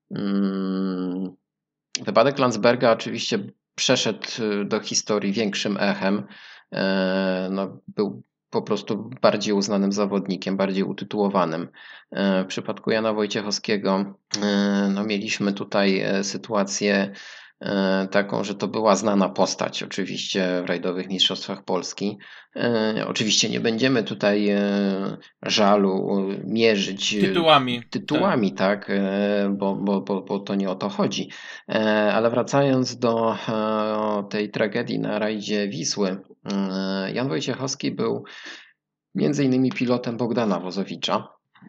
Mm, Wypadek Landsberga oczywiście przeszedł do historii większym echem. E, No, był po prostu bardziej uznanym zawodnikiem, bardziej utytułowanym. E, W przypadku Jana Wojciechowskiego e, no, mieliśmy tutaj e, sytuację e, taką, że to była znana postać oczywiście w rajdowych mistrzostwach Polski. E, Oczywiście nie będziemy tutaj e, żalu mierzyć Tytułami. tytułami, tak, e, bo, bo, bo, bo to nie o to chodzi. E, Ale wracając do e, tej tragedii na rajdzie Wisły, e, Jan Wojciechowski był między innymi pilotem Bogdana Wozowicza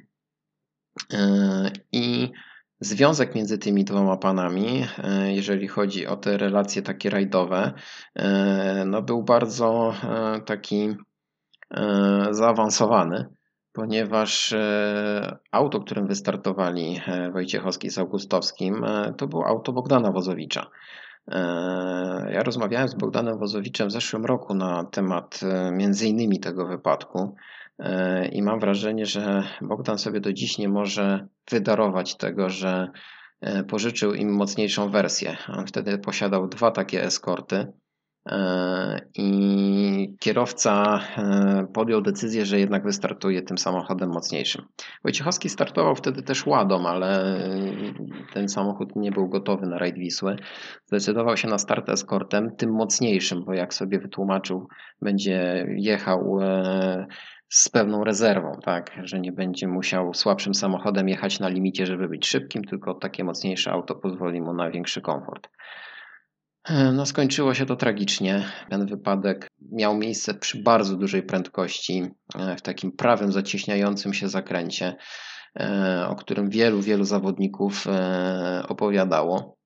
e, i związek między tymi dwoma panami, e, jeżeli chodzi o te relacje takie rajdowe, e, no był bardzo e, taki e, zaawansowany, ponieważ e, auto, którym wystartowali e, Wojciechowski z Augustowskim, e, to było auto Bogdana Wozowicza. E, Ja rozmawiałem z Bogdanem Wozowiczem w zeszłym roku na temat e, między innymi tego wypadku e, i mam wrażenie, że Bogdan sobie do dziś nie może wydarować tego, że e, pożyczył im mocniejszą wersję. On wtedy posiadał dwa takie eskorty. I kierowca podjął decyzję, że jednak wystartuje tym samochodem mocniejszym. Wojciechowski startował wtedy też Ładą, ale ten samochód nie był gotowy na rajd Wisły. Zdecydował się na start eskortem, tym mocniejszym, bo jak sobie wytłumaczył, będzie jechał z pewną rezerwą, tak, że nie będzie musiał słabszym samochodem jechać na limicie, żeby być szybkim, tylko takie mocniejsze auto pozwoli mu na większy komfort. No, skończyło się to tragicznie. Ten wypadek miał miejsce przy bardzo dużej prędkości, w takim prawym, zacieśniającym się zakręcie, o którym wielu, wielu zawodników opowiadało.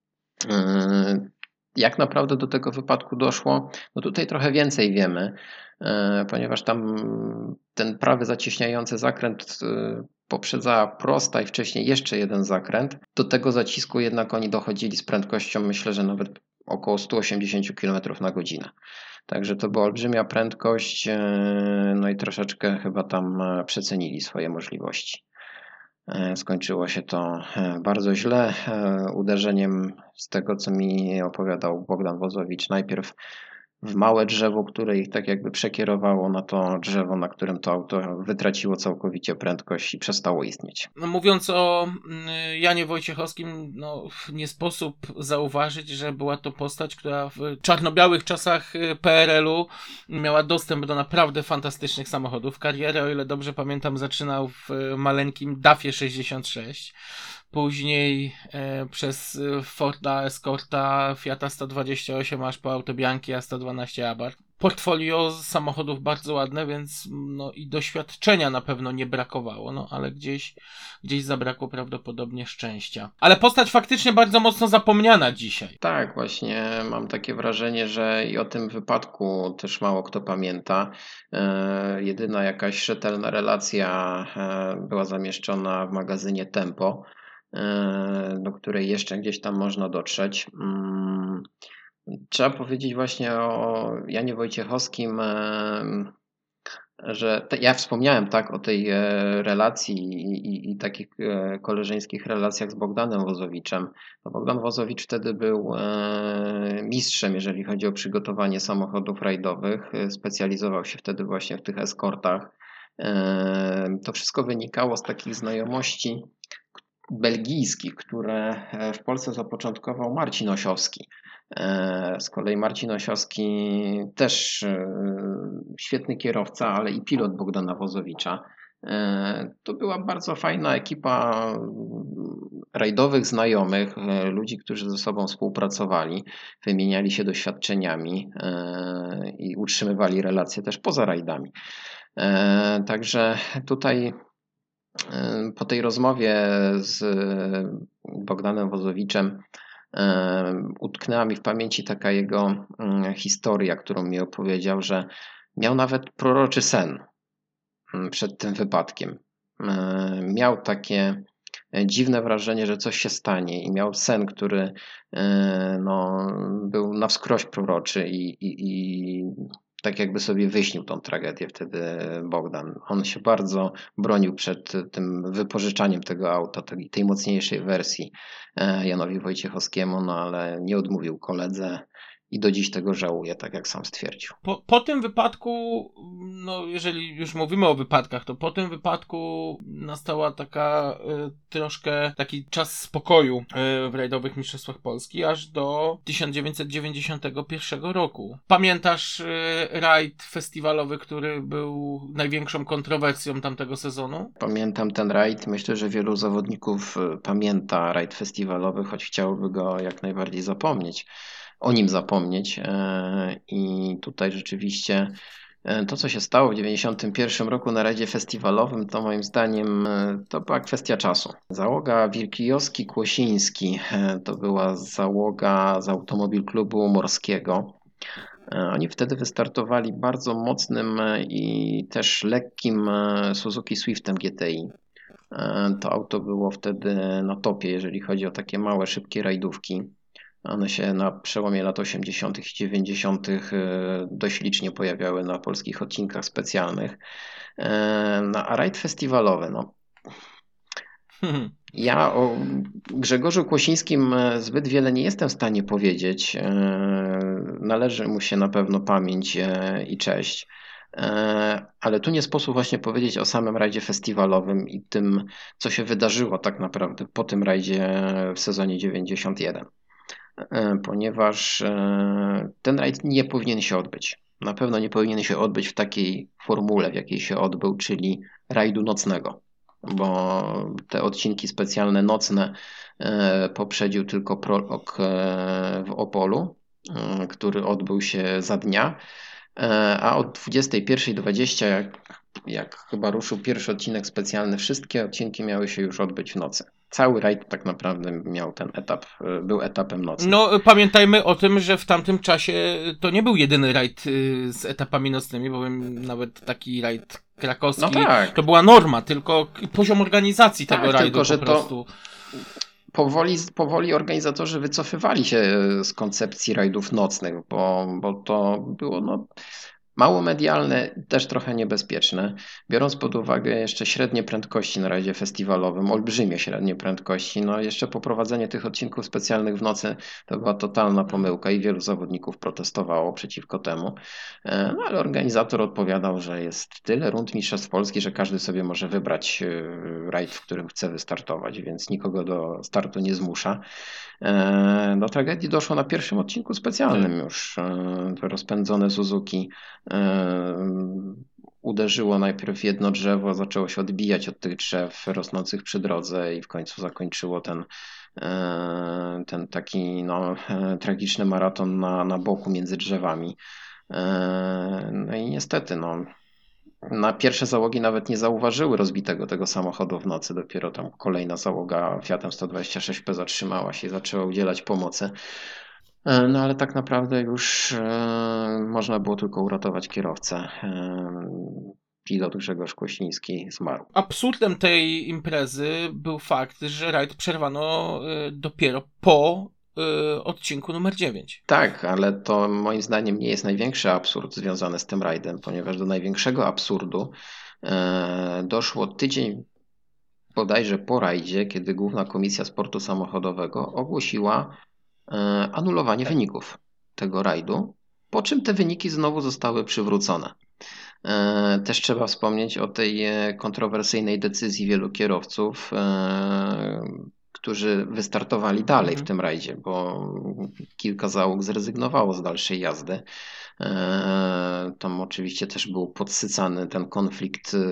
Jak naprawdę do tego wypadku doszło? No tutaj trochę więcej wiemy, ponieważ tam ten prawy, zacieśniający zakręt poprzedzała prosta i wcześniej jeszcze jeden zakręt. Do tego zacisku jednak oni dochodzili z prędkością, myślę, że nawet około sto osiemdziesiąt kilometrów na godzinę. Także to była olbrzymia prędkość, no i troszeczkę chyba tam przecenili swoje możliwości. Skończyło się to bardzo źle. Uderzeniem, z tego co mi opowiadał Bogdan Wozowicz, najpierw w małe drzewo, które ich tak jakby przekierowało na to drzewo, na którym to auto wytraciło całkowicie prędkość i przestało istnieć. No, mówiąc o Janie Wojciechowskim, no, nie sposób zauważyć, że była to postać, która w czarno-białych czasach P R L-u miała dostęp do naprawdę fantastycznych samochodów. Karierę, o ile dobrze pamiętam, zaczynał w maleńkim Daffie sześćdziesiąt sześć. Później e, przez Forda Escorta, Fiata sto dwadzieścia osiem aż po Autobianki A sto dwanaście Abarth. portfolio samochodów bardzo ładne, więc no i doświadczenia na pewno nie brakowało, no ale gdzieś, gdzieś zabrakło prawdopodobnie szczęścia. Ale postać faktycznie bardzo mocno zapomniana dzisiaj. Tak, właśnie mam takie wrażenie, że i o tym wypadku też mało kto pamięta. E, jedyna jakaś rzetelna relacja e, była zamieszczona w magazynie Tempo, e, do której jeszcze gdzieś tam można dotrzeć. Mm, Trzeba powiedzieć właśnie o Janie Wojciechowskim, e, że te, ja wspomniałem tak o tej e, relacji i, i, i takich e, koleżeńskich relacjach z Bogdanem Wozowiczem. No Bogdan Wozowicz wtedy był e, mistrzem, jeżeli chodzi o przygotowanie samochodów rajdowych. E, Specjalizował się wtedy właśnie w tych eskortach. E, To wszystko wynikało z takich znajomości belgijskich, które e, w Polsce zapoczątkował Marcin Osiowski. E, Z kolei Marcin Osiowski też e, świetny kierowca, ale i pilot Bogdana Wozowicza. E, To była bardzo fajna ekipa rajdowych znajomych, e, ludzi, którzy ze sobą współpracowali, wymieniali się doświadczeniami e, i utrzymywali relacje też poza rajdami. E, Także tutaj e, po tej rozmowie z Bogdanem Wozowiczem e, utknęła mi w pamięci taka jego mm, historia, którą mi opowiedział, że miał nawet proroczy sen mm, przed tym wypadkiem. E, Miał takie dziwne wrażenie, że coś się stanie i miał sen, który e, no, był na wskroś proroczy i, i, i tak jakby sobie wyśnił tą tragedię wtedy Bogdan. On się bardzo bronił przed tym wypożyczaniem tego auta, tej, tej mocniejszej wersji e, Janowi Wojciechowskiemu, no ale nie odmówił koledze i do dziś tego żałuje, tak jak sam stwierdził. Po, po tym wypadku, no jeżeli już mówimy o wypadkach, to po tym wypadku nastała taka y, troszkę taki czas spokoju y, w rajdowych mistrzostwach Polski aż do tysiąc dziewięćset dziewięćdziesiątego pierwszego roku. Pamiętasz y, rajd festiwalowy, który był największą kontrowersją tamtego sezonu? Pamiętam ten rajd. Myślę, że wielu zawodników y, pamięta rajd festiwalowy, choć chciałoby go jak najbardziej zapomnieć, o nim zapomnieć. E, I tutaj rzeczywiście e, to, co się stało w dziewięćdziesiątym pierwszym roku na rajdzie festiwalowym, to moim zdaniem e, to była kwestia czasu. Załoga Wilkijowski-Kłosiński e, to była załoga z Automobil Klubu Morskiego. E, Oni wtedy wystartowali bardzo mocnym e, i też lekkim e, Suzuki Swiftem G T I. E, To auto było wtedy na topie, jeżeli chodzi o takie małe, szybkie rajdówki. One się na przełomie lat osiemdziesiątych i dziewięćdziesiątych e, dość licznie pojawiały na polskich odcinkach specjalnych. E, No, a rajd festiwalowy, no. Ja o Grzegorzu Kłosińskim e, zbyt wiele nie jestem w stanie powiedzieć. E, Należy mu się na pewno pamięć e, i cześć. E, Ale tu nie sposób właśnie powiedzieć o samym rajdzie festiwalowym i tym, co się wydarzyło tak naprawdę po tym rajdzie w sezonie dziewięćdziesiątym pierwszym. E, Ponieważ e, ten rajd nie powinien się odbyć. Na pewno nie powinien się odbyć w takiej formule, w jakiej się odbył, czyli rajdu nocnego, bo te odcinki specjalne nocne e, poprzedził tylko prolog e, w Opolu, e, który odbył się za dnia, e, a od dwudziestej pierwszej dwadzieścia, jak, jak chyba ruszył pierwszy odcinek specjalny, wszystkie odcinki miały się już odbyć w nocy. Cały rajd tak naprawdę miał ten etap, e, był etapem nocnym. No, pamiętajmy o tym, że w tamtym czasie to nie był jedyny rajd y, z etapami nocnymi, bowiem nawet taki rajd krakowski No tak. to była norma, tylko k- poziom organizacji Tak, tego rajdu tylko, że po to- prostu. Powoli, powoli organizatorzy wycofywali się z koncepcji rajdów nocnych, bo, bo to było no, mało medialne, też trochę niebezpieczne. Biorąc pod uwagę jeszcze średnie prędkości na rajdzie festiwalowym, olbrzymie średnie prędkości, no jeszcze poprowadzenie tych odcinków specjalnych w nocy to była totalna pomyłka i wielu zawodników protestowało przeciwko temu. E, No ale organizator odpowiadał, że jest tyle rund Mistrzostw Polski, że każdy sobie może wybrać e, rajd, w którym chce wystartować, więc nikogo do startu nie zmusza. E, Do tragedii doszło na pierwszym odcinku specjalnym już. E, To rozpędzone Suzuki e, uderzyło najpierw w jedno drzewo, zaczęło się odbijać od tych drzew rosnących przy drodze i w końcu zakończyło ten, e, ten taki no, e, tragiczny maraton na, na boku między drzewami. No i niestety, no, na pierwsze załogi nawet nie zauważyły rozbitego tego samochodu w nocy. Dopiero tam kolejna załoga Fiatem sto dwadzieścia sześć P zatrzymała się i zaczęła udzielać pomocy. No ale tak naprawdę już e, można było tylko uratować kierowcę. E, pilot Grzegorz Kłosiński zmarł. Absurdem tej imprezy był fakt, że rajd przerwano y, dopiero po y, odcinku numer dziewięć. Tak, ale to moim zdaniem nie jest największy absurd związany z tym rajdem, ponieważ do największego absurdu e, doszło tydzień bodajże po rajdzie, kiedy Główna Komisja Sportu Samochodowego ogłosiła e, anulowanie wyników tego rajdu, po czym te wyniki znowu zostały przywrócone. E, Też trzeba wspomnieć o tej e, kontrowersyjnej decyzji wielu kierowców, e, którzy wystartowali dalej w Mhm. tym rajdzie, bo kilka załóg zrezygnowało z dalszej jazdy. E, Tam oczywiście też był podsycany ten konflikt e,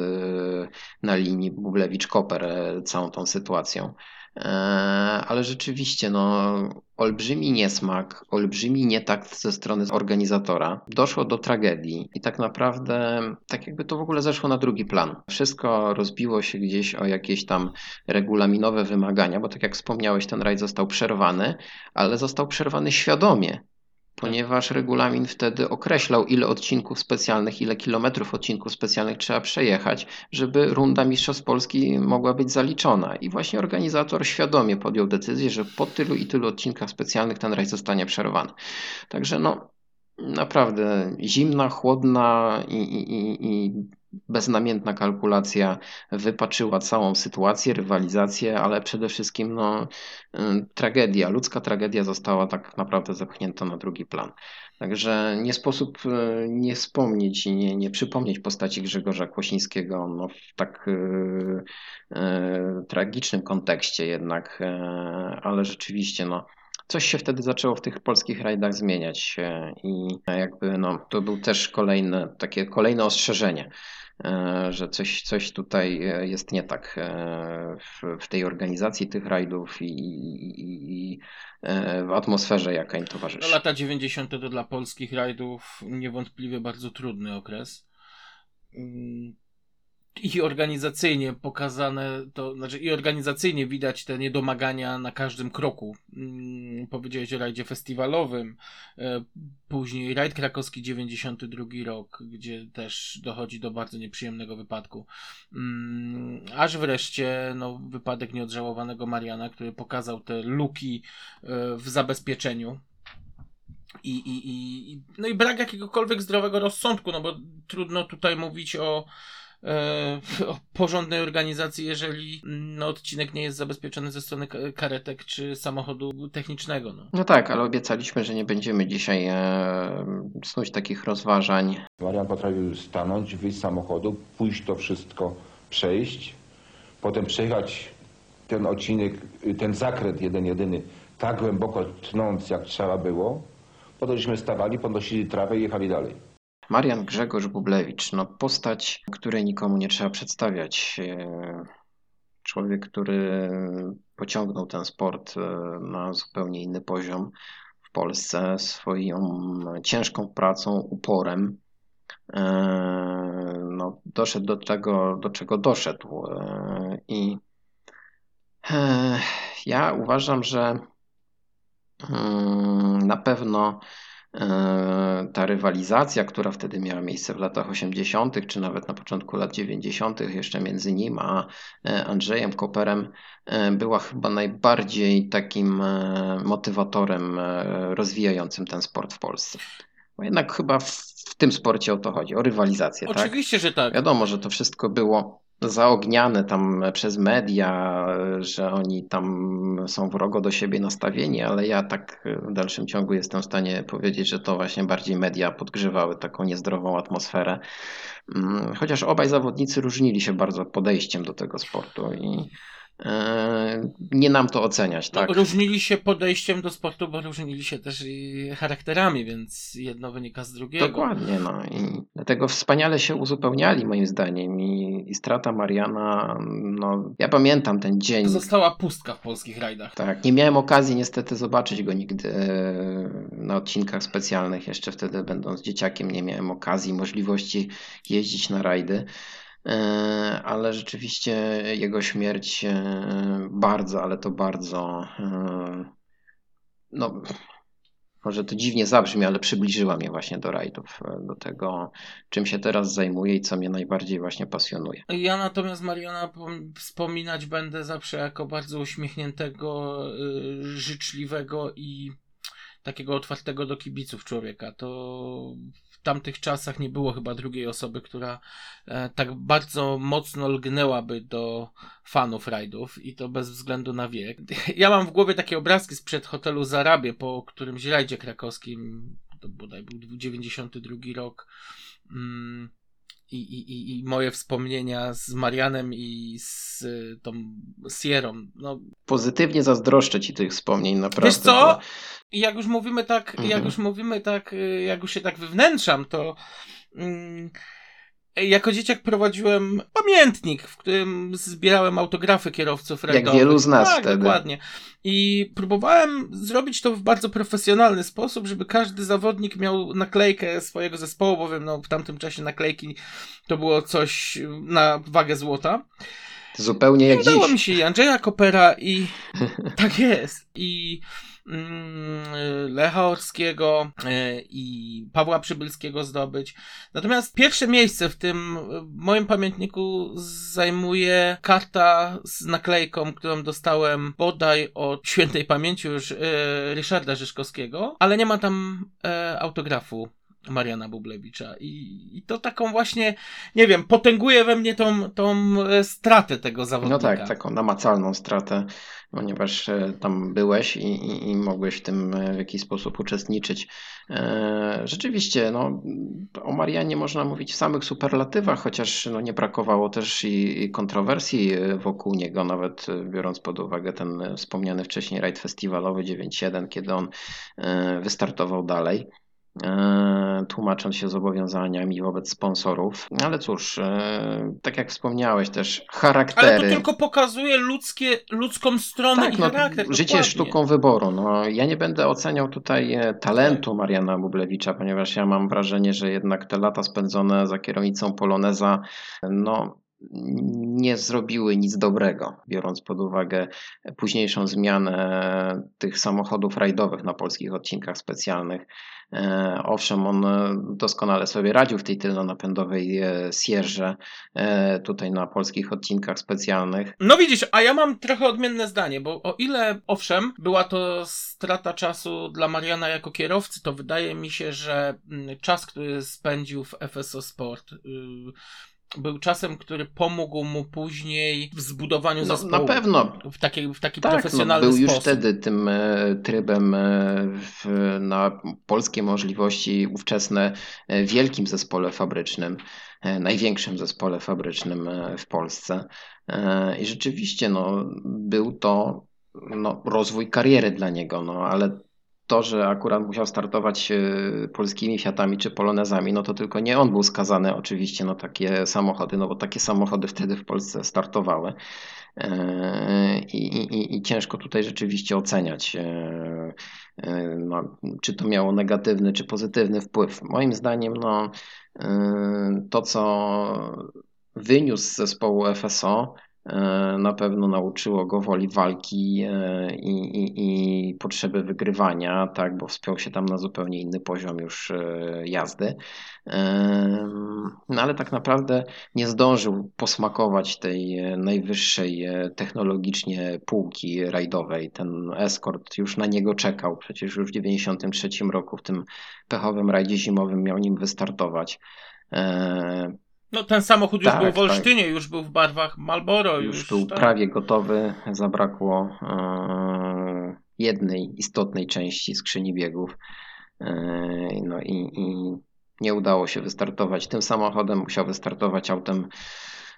na linii Bublewicz-Koper e, całą tą sytuacją. E, Ale rzeczywiście, no, olbrzymi niesmak, olbrzymi nietakt ze strony organizatora. Doszło do tragedii i tak naprawdę tak jakby to w ogóle zeszło na drugi plan. Wszystko rozbiło się gdzieś o jakieś tam regulaminowe wymagania, bo tak jak wspomniałeś, ten rajd został przerwany, ale został przerwany świadomie, ponieważ regulamin wtedy określał, ile odcinków specjalnych, ile kilometrów odcinków specjalnych trzeba przejechać, żeby runda Mistrzostw Polski mogła być zaliczona. I właśnie organizator świadomie podjął decyzję, że po tylu i tylu odcinkach specjalnych ten rajd zostanie przerwany. Także no, naprawdę zimna, chłodna i, i, i, i beznamiętna kalkulacja wypaczyła całą sytuację, rywalizację, ale przede wszystkim no, y, tragedia, ludzka tragedia została tak naprawdę zepchnięta na drugi plan. Także nie sposób y, nie wspomnieć i nie, nie przypomnieć postaci Grzegorza Kłosińskiego no, w tak y, y, tragicznym kontekście jednak, y, ale rzeczywiście no, coś się wtedy zaczęło w tych polskich rajdach zmieniać e, i jakby no, to był też kolejne, takie kolejne ostrzeżenie, e, że coś, coś tutaj e, jest nie tak e, w, w tej organizacji tych rajdów i, i, i e, w atmosferze, jaka im No, towarzyszy. lata dziewięćdziesiąte to dla polskich rajdów niewątpliwie bardzo trudny okres. Mm, I organizacyjnie pokazane to, znaczy i organizacyjnie widać te niedomagania na każdym kroku. Mm, powiedziałeś o rajdzie festiwalowym, e, później rajd krakowski dziewięćdziesiąty drugi rok, gdzie też dochodzi do bardzo nieprzyjemnego wypadku. Mm, aż wreszcie no, wypadek nieodżałowanego Mariana, który pokazał te luki e, w zabezpieczeniu. I, i, i, no i brak jakiegokolwiek zdrowego rozsądku, no bo trudno tutaj mówić o o porządnej organizacji, jeżeli no, odcinek nie jest zabezpieczony ze strony karetek czy samochodu technicznego. No, no tak, ale obiecaliśmy, że nie będziemy dzisiaj e, snuć takich rozważań. Marian potrafił stanąć, wyjść z samochodu, pójść to wszystko, przejść, potem przejechać ten odcinek, ten zakręt jeden jedyny tak głęboko tnąc, jak trzeba było. Potem żeśmy stawali, podnosili trawę i jechali dalej. Marian Grzegorz Bublewicz, no postać, której nikomu nie trzeba przedstawiać. Człowiek, który pociągnął ten sport na zupełnie inny poziom w Polsce swoją ciężką pracą, uporem. No, doszedł do tego, do czego doszedł. I ja uważam, że na pewno ta rywalizacja, która wtedy miała miejsce w latach osiemdziesiątych czy nawet na początku lat dziewięćdziesiątych jeszcze między nim a Andrzejem Koperem była chyba najbardziej takim motywatorem rozwijającym ten sport w Polsce. Bo jednak chyba w, w tym sporcie o to chodzi, o rywalizację. oczywiście, tak? że tak. Wiadomo, że to wszystko było zaogniane tam przez media, że oni tam są wrogo do siebie nastawieni, ale ja tak w dalszym ciągu jestem w stanie powiedzieć, że to właśnie bardziej media podgrzewały taką niezdrową atmosferę. Chociaż obaj zawodnicy różnili się bardzo podejściem do tego sportu i Nie nam to oceniać, tak? No, różnili się podejściem do sportu, bo różnili się też i charakterami, więc jedno wynika z drugiego. Dokładnie, no i dlatego wspaniale się uzupełniali moim zdaniem i, i strata Mariana, no ja pamiętam ten dzień. Została pustka w polskich rajdach. Tak, nie miałem okazji niestety zobaczyć go nigdy na odcinkach specjalnych, jeszcze wtedy będąc dzieciakiem nie miałem okazji, możliwości jeździć na rajdy. Ale rzeczywiście jego śmierć bardzo, ale to bardzo, no może to dziwnie zabrzmi, ale przybliżyła mnie właśnie do rajdów, do tego, czym się teraz zajmuję i co mnie najbardziej właśnie pasjonuje. Ja natomiast Mariana wspominać będę zawsze jako bardzo uśmiechniętego, życzliwego i takiego otwartego do kibiców człowieka. To w tamtych czasach nie było chyba drugiej osoby, która e, tak bardzo mocno lgnęłaby do fanów rajdów i to bez względu na wiek. Ja mam w głowie takie obrazki sprzed hotelu Zarabie po którymś rajdzie krakowskim, to bodaj był dziewięćdziesiąty drugi rok, mm. I, i, i moje wspomnienia z Marianem i z tą Sierą. No. Pozytywnie zazdroszczę ci tych wspomnień, naprawdę. Wiesz co? Bo... Jak już mówimy tak, mhm. jak już mówimy tak, jak już się tak wywnętrzam, to mm, jako dzieciak prowadziłem pamiętnik, w którym zbierałem autografy kierowców rajdowych. Jak wielu z nas tak, wtedy. Dokładnie. I próbowałem zrobić to w bardzo profesjonalny sposób, żeby każdy zawodnik miał naklejkę swojego zespołu, bowiem no, w tamtym czasie naklejki to było coś na wagę złota. Zupełnie jak Udało dziś. mi się i Andrzeja Kopera i tak jest. I Lecha Orskiego i Pawła Przybylskiego zdobyć. Natomiast pierwsze miejsce w tym moim pamiętniku zajmuje karta z naklejką, którą dostałem bodaj od świętej pamięci już Ryszarda Rzeszkowskiego, ale nie ma tam autografu Mariana Bublewicza i, i to taką właśnie, nie wiem, potęguje we mnie tą, tą stratę tego zawodnika. No tak, taką namacalną stratę, ponieważ tam byłeś i, i, i mogłeś w tym w jakiś sposób uczestniczyć. E, rzeczywiście, no, o Marianie można mówić w samych superlatywach, chociaż no, nie brakowało też i, i kontrowersji wokół niego, nawet biorąc pod uwagę ten wspomniany wcześniej rajd festiwalowy dziewięć siedem, kiedy on e, wystartował dalej, tłumacząc się zobowiązaniami wobec sponsorów. Ale cóż, tak jak wspomniałeś też, charaktery. Ale to tylko pokazuje ludzkie, ludzką stronę tak, i no, charakter. Życie dokładnie. jest sztuką wyboru. No, ja nie będę oceniał tutaj talentu Mariana Bublewicza, ponieważ ja mam wrażenie, że jednak te lata spędzone za kierownicą Poloneza, no nie zrobiły nic dobrego, biorąc pod uwagę późniejszą zmianę tych samochodów rajdowych na polskich odcinkach specjalnych. Owszem, on doskonale sobie radził w tej tylnonapędowej Sierrze, tutaj na polskich odcinkach specjalnych. No widzisz, a ja mam trochę odmienne zdanie, bo o ile, owszem, była to strata czasu dla Mariana jako kierowcy, to wydaje mi się, że czas, który spędził w F S O Sport, yy, był czasem, który pomógł mu później w zbudowaniu no, zespołu. Na pewno. W taki, w taki tak, profesjonalny no, był sposób. Był już wtedy tym e, trybem e, w, na polskie możliwości ówczesne e, wielkim zespole fabrycznym, e, największym zespole fabrycznym e, w Polsce. E, I rzeczywiście no, był to no, rozwój kariery dla niego, no, ale to, że akurat musiał startować polskimi Fiatami czy Polonezami, no to tylko nie on był skazany oczywiście na takie samochody, no bo takie samochody wtedy w Polsce startowały i, i, i ciężko tutaj rzeczywiście oceniać, no, czy to miało negatywny czy pozytywny wpływ. Moim zdaniem no, to, co wyniósł z zespołu F S O, na pewno nauczyło go woli walki i, i, i potrzeby wygrywania, tak, bo wspiął się tam na zupełnie inny poziom już jazdy. No ale tak naprawdę nie zdążył posmakować tej najwyższej technologicznie półki rajdowej. Ten Escort już na niego czekał. Przecież już w dziewięćdziesiątym trzecim roku w tym pechowym rajdzie zimowym miał nim wystartować. No ten samochód już tak, był w Olsztynie, tak. już był w barwach Marlboro. Już, już był tak. prawie gotowy, zabrakło yy, jednej istotnej części skrzyni biegów. Yy, no i, i nie udało się wystartować tym samochodem, musiał wystartować autem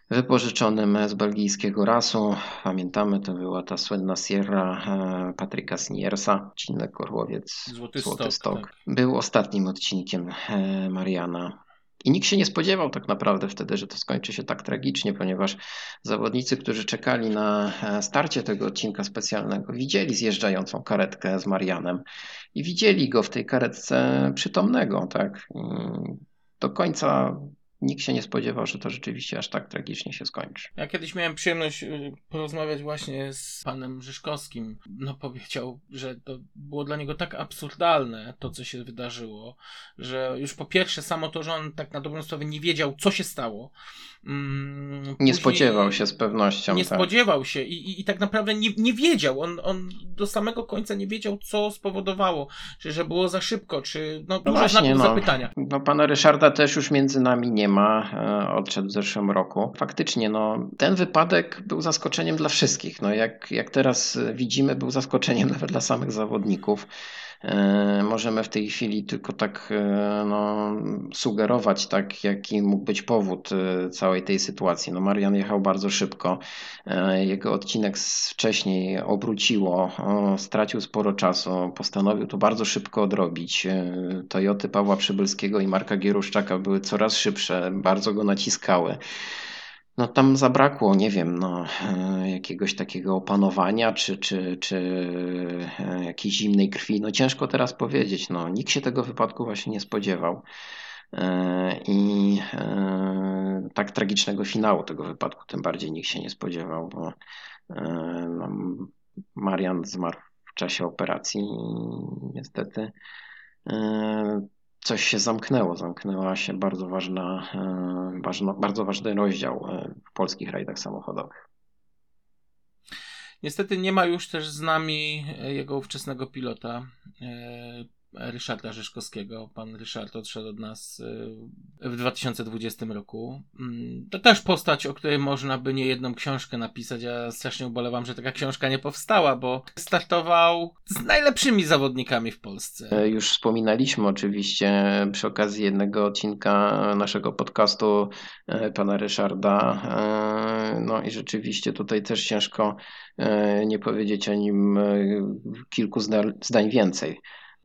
wypożyczonym z belgijskiego rasu. Pamiętamy, to była ta słynna Sierra Patryka Sniersa, odcinek Orłowiec Złoty, Złoty Stok. Stok. Tak. Był ostatnim odcinkiem Mariana. I nikt się nie spodziewał tak naprawdę wtedy, że to skończy się tak tragicznie, ponieważ zawodnicy, którzy czekali na starcie tego odcinka specjalnego, widzieli zjeżdżającą karetkę z Marianem i widzieli go w tej karetce przytomnego, tak? I do końca nikt się nie spodziewał, że to rzeczywiście aż tak tragicznie się skończy. Ja kiedyś miałem przyjemność porozmawiać właśnie z panem Rzyszkowskim. No powiedział, że to było dla niego tak absurdalne to, co się wydarzyło, że już po pierwsze samo to, że on tak na dobrą sprawę nie wiedział, co się stało. Mm, nie później spodziewał się z pewnością. Nie tak. spodziewał się i, i, i tak naprawdę nie, nie wiedział. On, on do samego końca nie wiedział, co spowodowało. Czy że było za szybko, czy no, No dużo właśnie, znaków no, zapytania. no pana Ryszarda też już między nami nie ma, e, odszedł w zeszłym roku. Faktycznie, no, ten wypadek był zaskoczeniem dla wszystkich. No, jak, jak teraz widzimy, był zaskoczeniem nawet dla samych zawodników. E, możemy w tej chwili tylko tak e, no, sugerować, tak, jaki mógł być powód e, całej tej sytuacji. No, Marian jechał bardzo szybko. E, jego odcinek z wcześniej obróciło, o, stracił sporo czasu, postanowił to bardzo szybko odrobić. E, Toyoty Pawła Przybylskiego i Marka Gieruszczaka były coraz szybsze, bardzo go naciskały. No tam zabrakło, nie wiem, no, e, jakiegoś takiego opanowania, czy, czy, czy e, jakiejś zimnej krwi. No ciężko teraz powiedzieć. No, nikt się tego wypadku właśnie nie spodziewał. E, I e, tak tragicznego finału tego wypadku tym bardziej nikt się nie spodziewał, bo e, no, Marian zmarł w czasie operacji i niestety e, coś się zamknęło. Zamknęła się bardzo ważna, e, ważna, bardzo ważny rozdział e, w polskich rajdach samochodowych. Niestety nie ma już też z nami jego ówczesnego pilota, e, Ryszarda Rzyszkowskiego. Pan Ryszard odszedł od nas w dwa tysiące dwudziestym roku. To też postać, o której można by nie jedną książkę napisać. Ja strasznie ubolewam, że taka książka nie powstała, bo startował z najlepszymi zawodnikami w Polsce. Już wspominaliśmy oczywiście przy okazji jednego odcinka naszego podcastu pana Ryszarda. No i rzeczywiście tutaj też ciężko nie powiedzieć o nim kilku zdań więcej.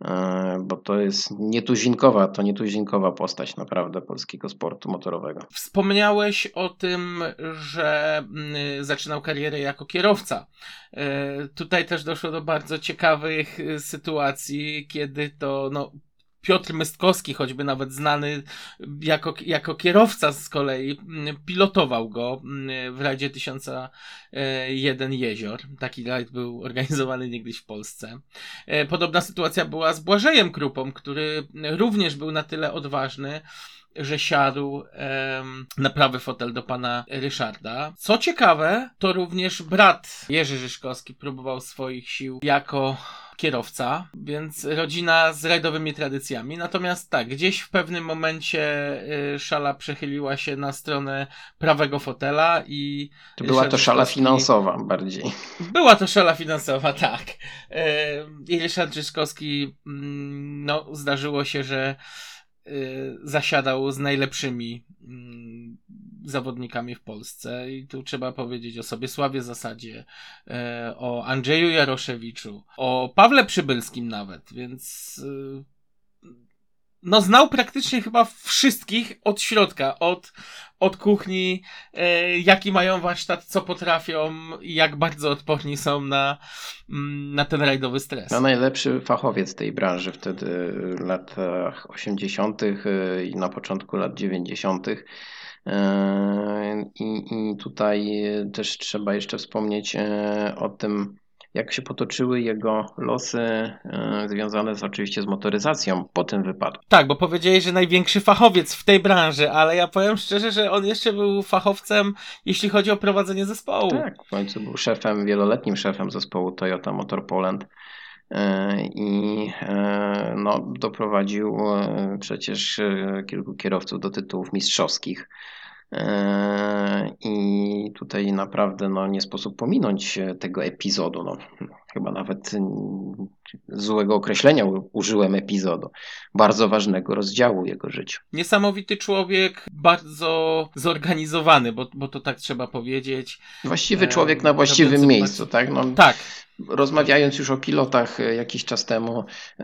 Bo to jest nietuzinkowa, to nietuzinkowa postać naprawdę polskiego sportu motorowego. Wspomniałeś o tym, że zaczynał karierę jako kierowca. Tutaj też doszło do bardzo ciekawych sytuacji, kiedy to no, Piotr Mystkowski, choćby nawet znany jako, jako kierowca z kolei, pilotował go w rajdzie tysiąc jeden Jezior. Taki rajd był organizowany niegdyś w Polsce. Podobna sytuacja była z Błażejem Krupą, który również był na tyle odważny, że siadł em, na prawy fotel do pana Ryszarda. Co ciekawe, to również brat Jerzy Rzyszkowski próbował swoich sił jako kierowca, więc rodzina z rajdowymi tradycjami. Natomiast tak, gdzieś w pewnym momencie y, szala przechyliła się na stronę prawego fotela i... To była Ryszard to szala Rzyszkowski... finansowa bardziej. Była to szala finansowa, tak. Y, I Ryszard Rzyszkowski, mm, no, zdarzyło się, że y, zasiadał z najlepszymi y, zawodnikami w Polsce i tu trzeba powiedzieć o Sobiesławie Zasadzie, e, o Andrzeju Jaroszewiczu, o Pawle Przybylskim nawet, więc e, no znał praktycznie chyba wszystkich od środka, od, od kuchni, e, jaki mają warsztat, co potrafią i jak bardzo odporni są na, na ten rajdowy stres. No najlepszy fachowiec tej branży wtedy w latach osiemdziesiątych i na początku lat dziewięćdziesiątych. I, I tutaj też trzeba jeszcze wspomnieć o tym, jak się potoczyły jego losy związane z, oczywiście z motoryzacją po tym wypadku. Tak, bo powiedziałeś, że największy fachowiec w tej branży, ale ja powiem szczerze, że on jeszcze był fachowcem, jeśli chodzi o prowadzenie zespołu. Tak, w końcu był szefem, wieloletnim szefem zespołu Toyota Motor Poland. I no, doprowadził przecież kilku kierowców do tytułów mistrzowskich. I tutaj naprawdę no, nie sposób pominąć tego epizodu. No. chyba nawet złego określenia użyłem, epizodu, bardzo ważnego rozdziału jego życiu. Niesamowity człowiek, bardzo zorganizowany, bo, bo to tak trzeba powiedzieć. Właściwy człowiek na właściwym miejscu, tak? No, tak. Rozmawiając już o pilotach jakiś czas temu,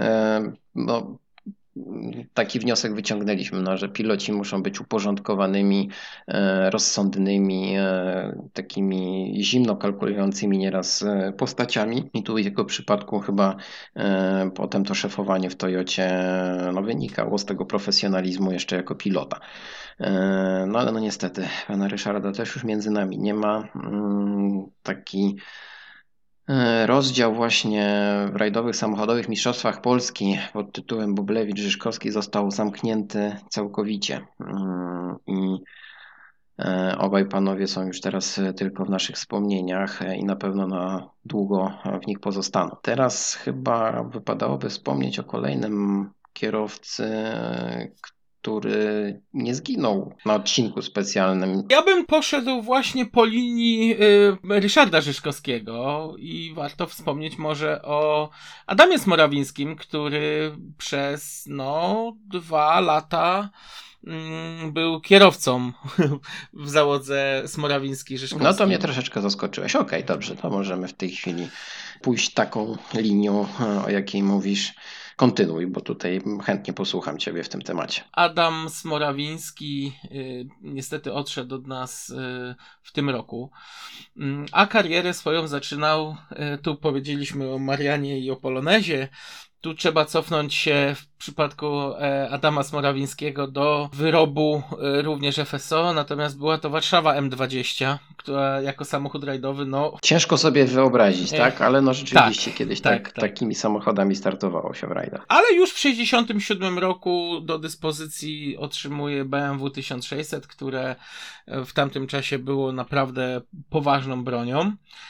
no, taki wniosek wyciągnęliśmy, no, że piloci muszą być uporządkowanymi, rozsądnymi, takimi zimno kalkulującymi nieraz postaciami. I tu w jego przypadku chyba potem to szefowanie w Toyocie no, wynikało z tego profesjonalizmu jeszcze jako pilota. No ale no niestety pana Ryszarda też już między nami nie ma. Taki rozdział właśnie w rajdowych samochodowych mistrzostwach Polski pod tytułem Bublewicz-Rzyszkowski został zamknięty całkowicie i obaj panowie są już teraz tylko w naszych wspomnieniach i na pewno na długo w nich pozostaną. Teraz chyba wypadałoby wspomnieć o kolejnym kierowcy, który nie zginął na odcinku specjalnym. Ja bym poszedł właśnie po linii y, Ryszarda Rzyszkowskiego i warto wspomnieć może o Adamie Smorawińskim, który przez no dwa lata mm, był kierowcą w załodze Smorawiński-Rzyszkowski. No to mnie troszeczkę zaskoczyłeś. Okej, okay, dobrze, to możemy w tej chwili pójść taką linią, o jakiej mówisz. Kontynuuj, bo tutaj chętnie posłucham ciebie w tym temacie. Adam Smorawiński y, niestety odszedł od nas y, w tym roku, y, a karierę swoją zaczynał, y, tu powiedzieliśmy o Marianie i o Polonezie, tu trzeba cofnąć się w przypadku Adama Smorawińskiego do wyrobu również F S O, natomiast była to Warszawa M dwadzieścia, która jako samochód rajdowy, no... Ciężko sobie wyobrazić, Ech, tak? Ale no rzeczywiście tak, kiedyś tak, tak, tak takimi samochodami startowało się w rajdach. Ale już w sześćdziesiątym siódmym roku do dyspozycji otrzymuje B M W tysiąc sześćset, które w tamtym czasie było naprawdę poważną bronią.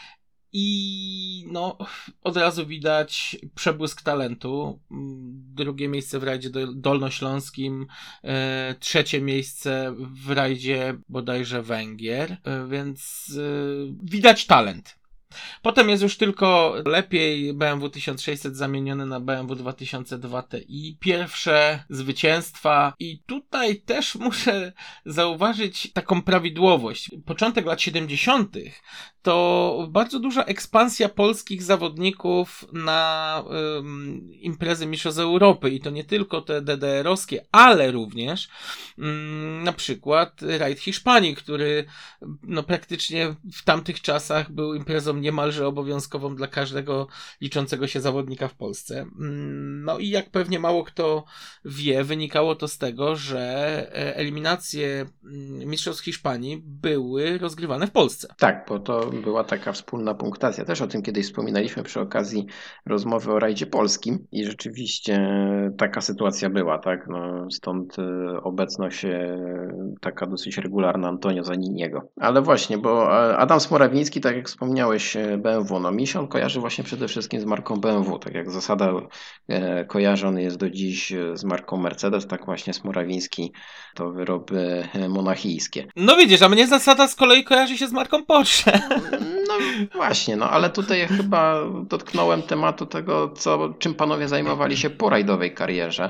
I no, od razu widać przebłysk talentu. Drugie miejsce w rajdzie dolnośląskim, e, trzecie miejsce w rajdzie bodajże Węgier, e, więc e, widać talent. Potem jest już tylko lepiej, B M W tysiąc sześćset zamieniony na B M W dwa tysiące dwa T I. Pierwsze zwycięstwa i tutaj też muszę zauważyć taką prawidłowość. Początek lat siedemdziesiątych to bardzo duża ekspansja polskich zawodników na um, imprezy mistrzostw Europy i to nie tylko te D D R-owskie, ale również um, na przykład rajd Hiszpanii, który no, praktycznie w tamtych czasach był imprezą niemalże obowiązkową dla każdego liczącego się zawodnika w Polsce. No i jak pewnie mało kto wie, wynikało to z tego, że eliminacje mistrzostw Hiszpanii były rozgrywane w Polsce. Tak, bo to była taka wspólna punktacja. Też o tym kiedyś wspominaliśmy przy okazji rozmowy o rajdzie polskim i rzeczywiście taka sytuacja była, tak? No, stąd obecność taka dosyć regularna Antonio Zaniniego. Ale właśnie, bo Adam Smorawiński, tak jak wspomniałeś, B M W, no mi się on kojarzy właśnie przede wszystkim z marką B M W, tak jak zasada kojarzony jest do dziś z marką Mercedes, tak właśnie Smorawiński to wyroby monachijskie. No widzisz, a mnie zasada z kolei kojarzy się z marką Porsche. No właśnie, no ale tutaj chyba dotknąłem tematu tego, co, czym panowie zajmowali się po rajdowej karierze,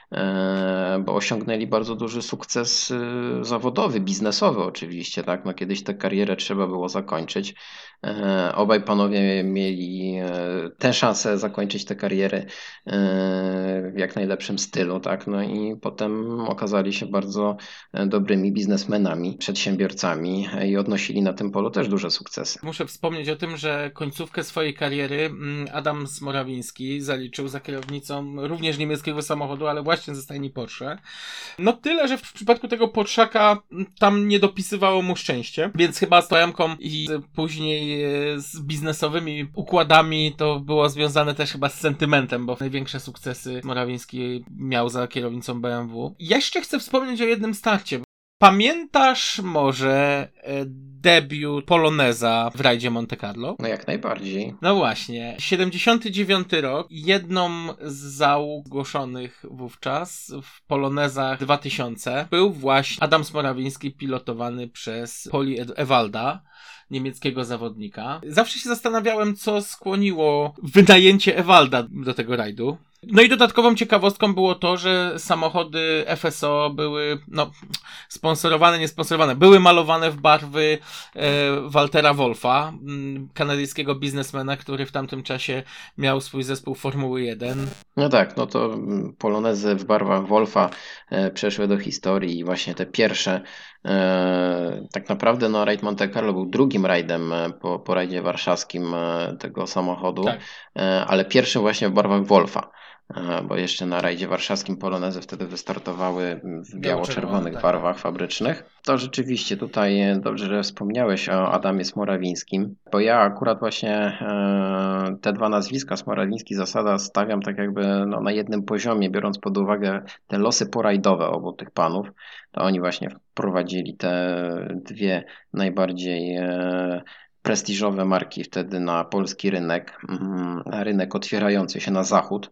bo osiągnęli bardzo duży sukces zawodowy, biznesowy oczywiście, tak? No kiedyś tę karierę trzeba było zakończyć. Obaj panowie mieli tę szansę zakończyć tę karierę w jak najlepszym stylu, tak? No i potem okazali się bardzo dobrymi biznesmenami, przedsiębiorcami i odnosili na tym polu też duże sukcesy. Muszę wspomnieć o tym, że końcówkę swojej kariery Adam Smorawiński zaliczył za kierownicą również niemieckiego samochodu, ale właśnie ze stajni Porsche. No tyle, że w przypadku tego Porszaka tam nie dopisywało mu szczęście, więc chyba z Toemką i później z biznesowymi układami to było związane też chyba z sentymentem, bo największe sukcesy Morawiński miał za kierownicą B M W. Ja jeszcze chcę wspomnieć o jednym starcie. Pamiętasz może debiut Poloneza w rajdzie Monte Carlo? No jak najbardziej. No właśnie. siedemdziesiąty dziewiąty rok. Jedną z załóg zgłoszonych wówczas w Polonezach dwa tysiące był właśnie Adams Morawiński, pilotowany przez Poli Ewalda, niemieckiego zawodnika. Zawsze się zastanawiałem, co skłoniło wynajęcie Ewalda do tego rajdu. No i dodatkową ciekawostką było to, że samochody F S O były, no, sponsorowane, niesponsorowane, były malowane w barwy e, Waltera Wolfa, m, kanadyjskiego biznesmena, który w tamtym czasie miał swój zespół Formuły jeden. No tak, no to polonezy w barwach Wolfa e, przeszły do historii i właśnie te pierwsze, e, tak naprawdę no rajd Monte Carlo był drugim rajdem e, po, po rajdzie warszawskim e, tego samochodu, Tak. e, ale pierwszym właśnie w barwach Wolfa. Bo jeszcze na rajdzie warszawskim polonezy wtedy wystartowały w biało-czerwonych tak, barwach fabrycznych. To rzeczywiście tutaj dobrze, że wspomniałeś o Adamie Smorawińskim, bo ja akurat właśnie te dwa nazwiska, Smorawiński, Zasada, stawiam tak jakby no, na jednym poziomie, biorąc pod uwagę te losy porajdowe obu tych panów. To oni właśnie wprowadzili te dwie najbardziej prestiżowe marki wtedy na polski rynek, na rynek otwierający się na zachód.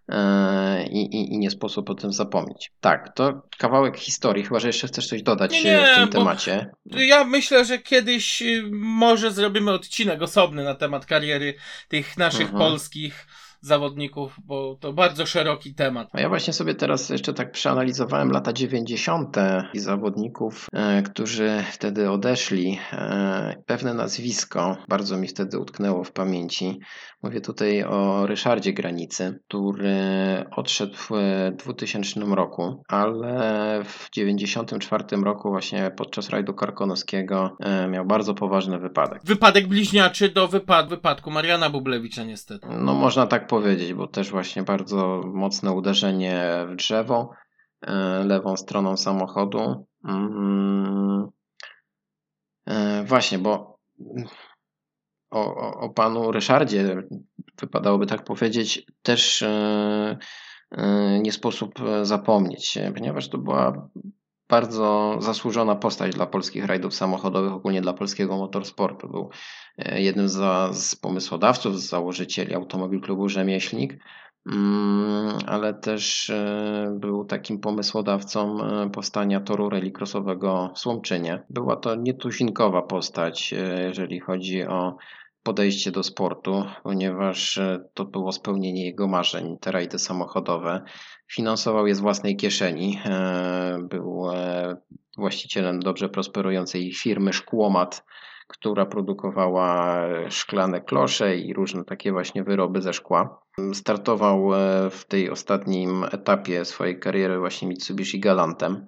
I, i, i nie sposób o tym zapomnieć. Tak, to kawałek historii, chyba że jeszcze chcesz coś dodać Nie, nie, w tym bo temacie. Ja myślę, że kiedyś może zrobimy odcinek osobny na temat kariery tych naszych Mhm. polskich zawodników, bo to bardzo szeroki temat. A ja właśnie sobie teraz jeszcze tak przeanalizowałem lata dziewięćdziesiąte i zawodników, e, którzy wtedy odeszli. E, pewne nazwisko bardzo mi wtedy utknęło w pamięci. Mówię tutaj o Ryszardzie Granicy, który odszedł w dwutysięcznym roku, ale w dziewięćdziesiątym czwartym roku właśnie podczas rajdu karkonoskiego e, miał bardzo poważny wypadek. Wypadek bliźniaczy do wypad- wypadku Mariana Bublewicza niestety. No można tak powiedzieć, bo też właśnie bardzo mocne uderzenie w drzewo e, lewą stroną samochodu. Mm, e, właśnie, bo o, o, o panu Ryszardzie wypadałoby tak powiedzieć też e, e, nie sposób zapomnieć, ponieważ to była bardzo zasłużona postać dla polskich rajdów samochodowych, ogólnie dla polskiego motorsportu. Był jednym z, z pomysłodawców, z założycieli Automobil Klubu Rzemieślnik, ale też był takim pomysłodawcą powstania toru rallycrossowego w Słomczynie. Była to nietuzinkowa postać, jeżeli chodzi o podejście do sportu, ponieważ to było spełnienie jego marzeń, te rajdy samochodowe. Finansował je z własnej kieszeni. Był właścicielem dobrze prosperującej firmy Szkłomat, która produkowała szklane klosze i różne takie właśnie wyroby ze szkła. Startował w tej ostatnim etapie swojej kariery właśnie Mitsubishi Galantem.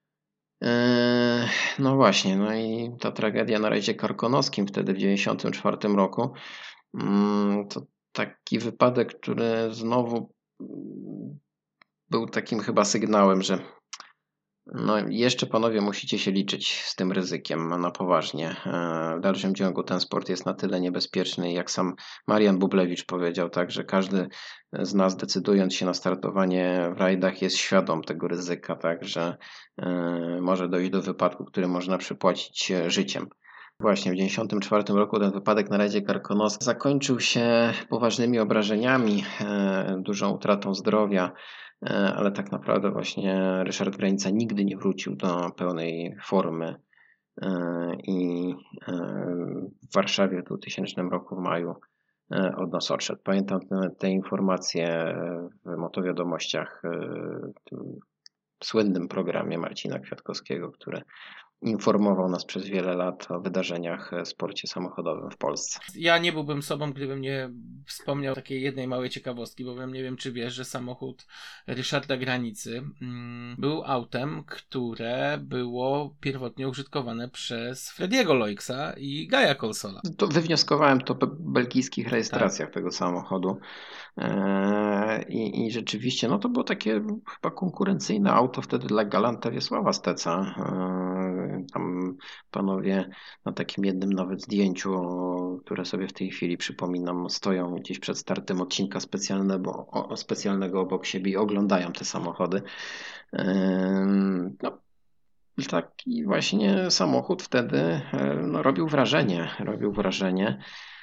No właśnie, no i ta tragedia na rajdzie karkonoskim wtedy w dziewięćdziesiątym czwartym roku, to taki wypadek, który znowu był takim chyba sygnałem, że no jeszcze panowie musicie się liczyć z tym ryzykiem na poważnie. W dalszym ciągu ten sport jest na tyle niebezpieczny, jak sam Marian Bublewicz powiedział, tak, że każdy z nas, decydując się na startowanie w rajdach, jest świadom tego ryzyka, tak, że może dojść do wypadku, który można przypłacić życiem. Właśnie w dziewięćdziesiątym czwartym roku ten wypadek na rajdzie karkonoskim zakończył się poważnymi obrażeniami, dużą utratą zdrowia, ale tak naprawdę właśnie Ryszard Granica nigdy nie wrócił do pełnej formy i w Warszawie w dwutysięcznym roku w maju od nas odszedł. Pamiętam te, te informacje w Motowiadomościach, w tym słynnym programie Marcina Kwiatkowskiego, który informował nas przez wiele lat o wydarzeniach w sporcie samochodowym w Polsce. Ja nie byłbym sobą, gdybym nie wspomniał takiej jednej małej ciekawostki, bowiem nie wiem, czy wiesz, że samochód Ryszarda Granicy mm, był autem, które było pierwotnie użytkowane przez Frediego Loixa i Gaja Colsola. To wywnioskowałem to po belgijskich rejestracjach tak. tego samochodu. I, I rzeczywiście no to było takie chyba konkurencyjne auto wtedy dla Galanta Wiesława Steca. Tam panowie na takim jednym nawet zdjęciu, które sobie w tej chwili przypominam, stoją gdzieś przed startem odcinka specjalnego, specjalnego obok siebie i oglądają te samochody. No, taki właśnie samochód wtedy no, robił wrażenie, robił wrażenie.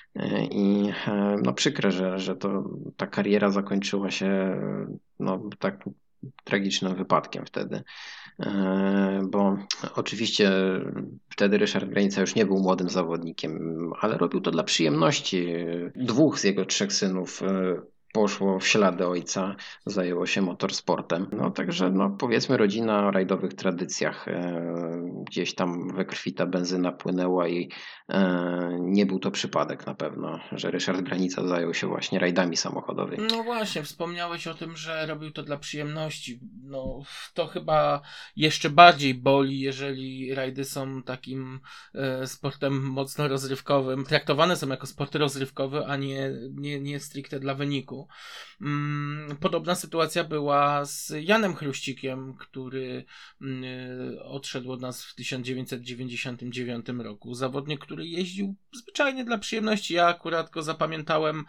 I no przykre, że, że to ta kariera zakończyła się no, tak tragicznym wypadkiem wtedy. Bo oczywiście wtedy Ryszard Granica już nie był młodym zawodnikiem, ale robił to dla przyjemności. Dwóch z jego trzech synów poszło w ślady ojca, zajęło się motorsportem. No także no, powiedzmy rodzina o rajdowych tradycjach. E, gdzieś tam we krwi ta benzyna płynęła i e, nie był to przypadek na pewno, że Ryszard Granica zajął się właśnie rajdami samochodowymi. No właśnie, wspomniałeś o tym, że robił to dla przyjemności. No to chyba jeszcze bardziej boli, jeżeli rajdy są takim e, sportem mocno rozrywkowym. Traktowane są jako sport rozrywkowy, a nie, nie, nie stricte dla wyniku. Podobna sytuacja była z Janem Chruścikiem, który odszedł od nas w tysiąc dziewięćset dziewięćdziesiątym dziewiątym roku. Zawodnik, który jeździł zwyczajnie dla przyjemności. Ja akurat go zapamiętałem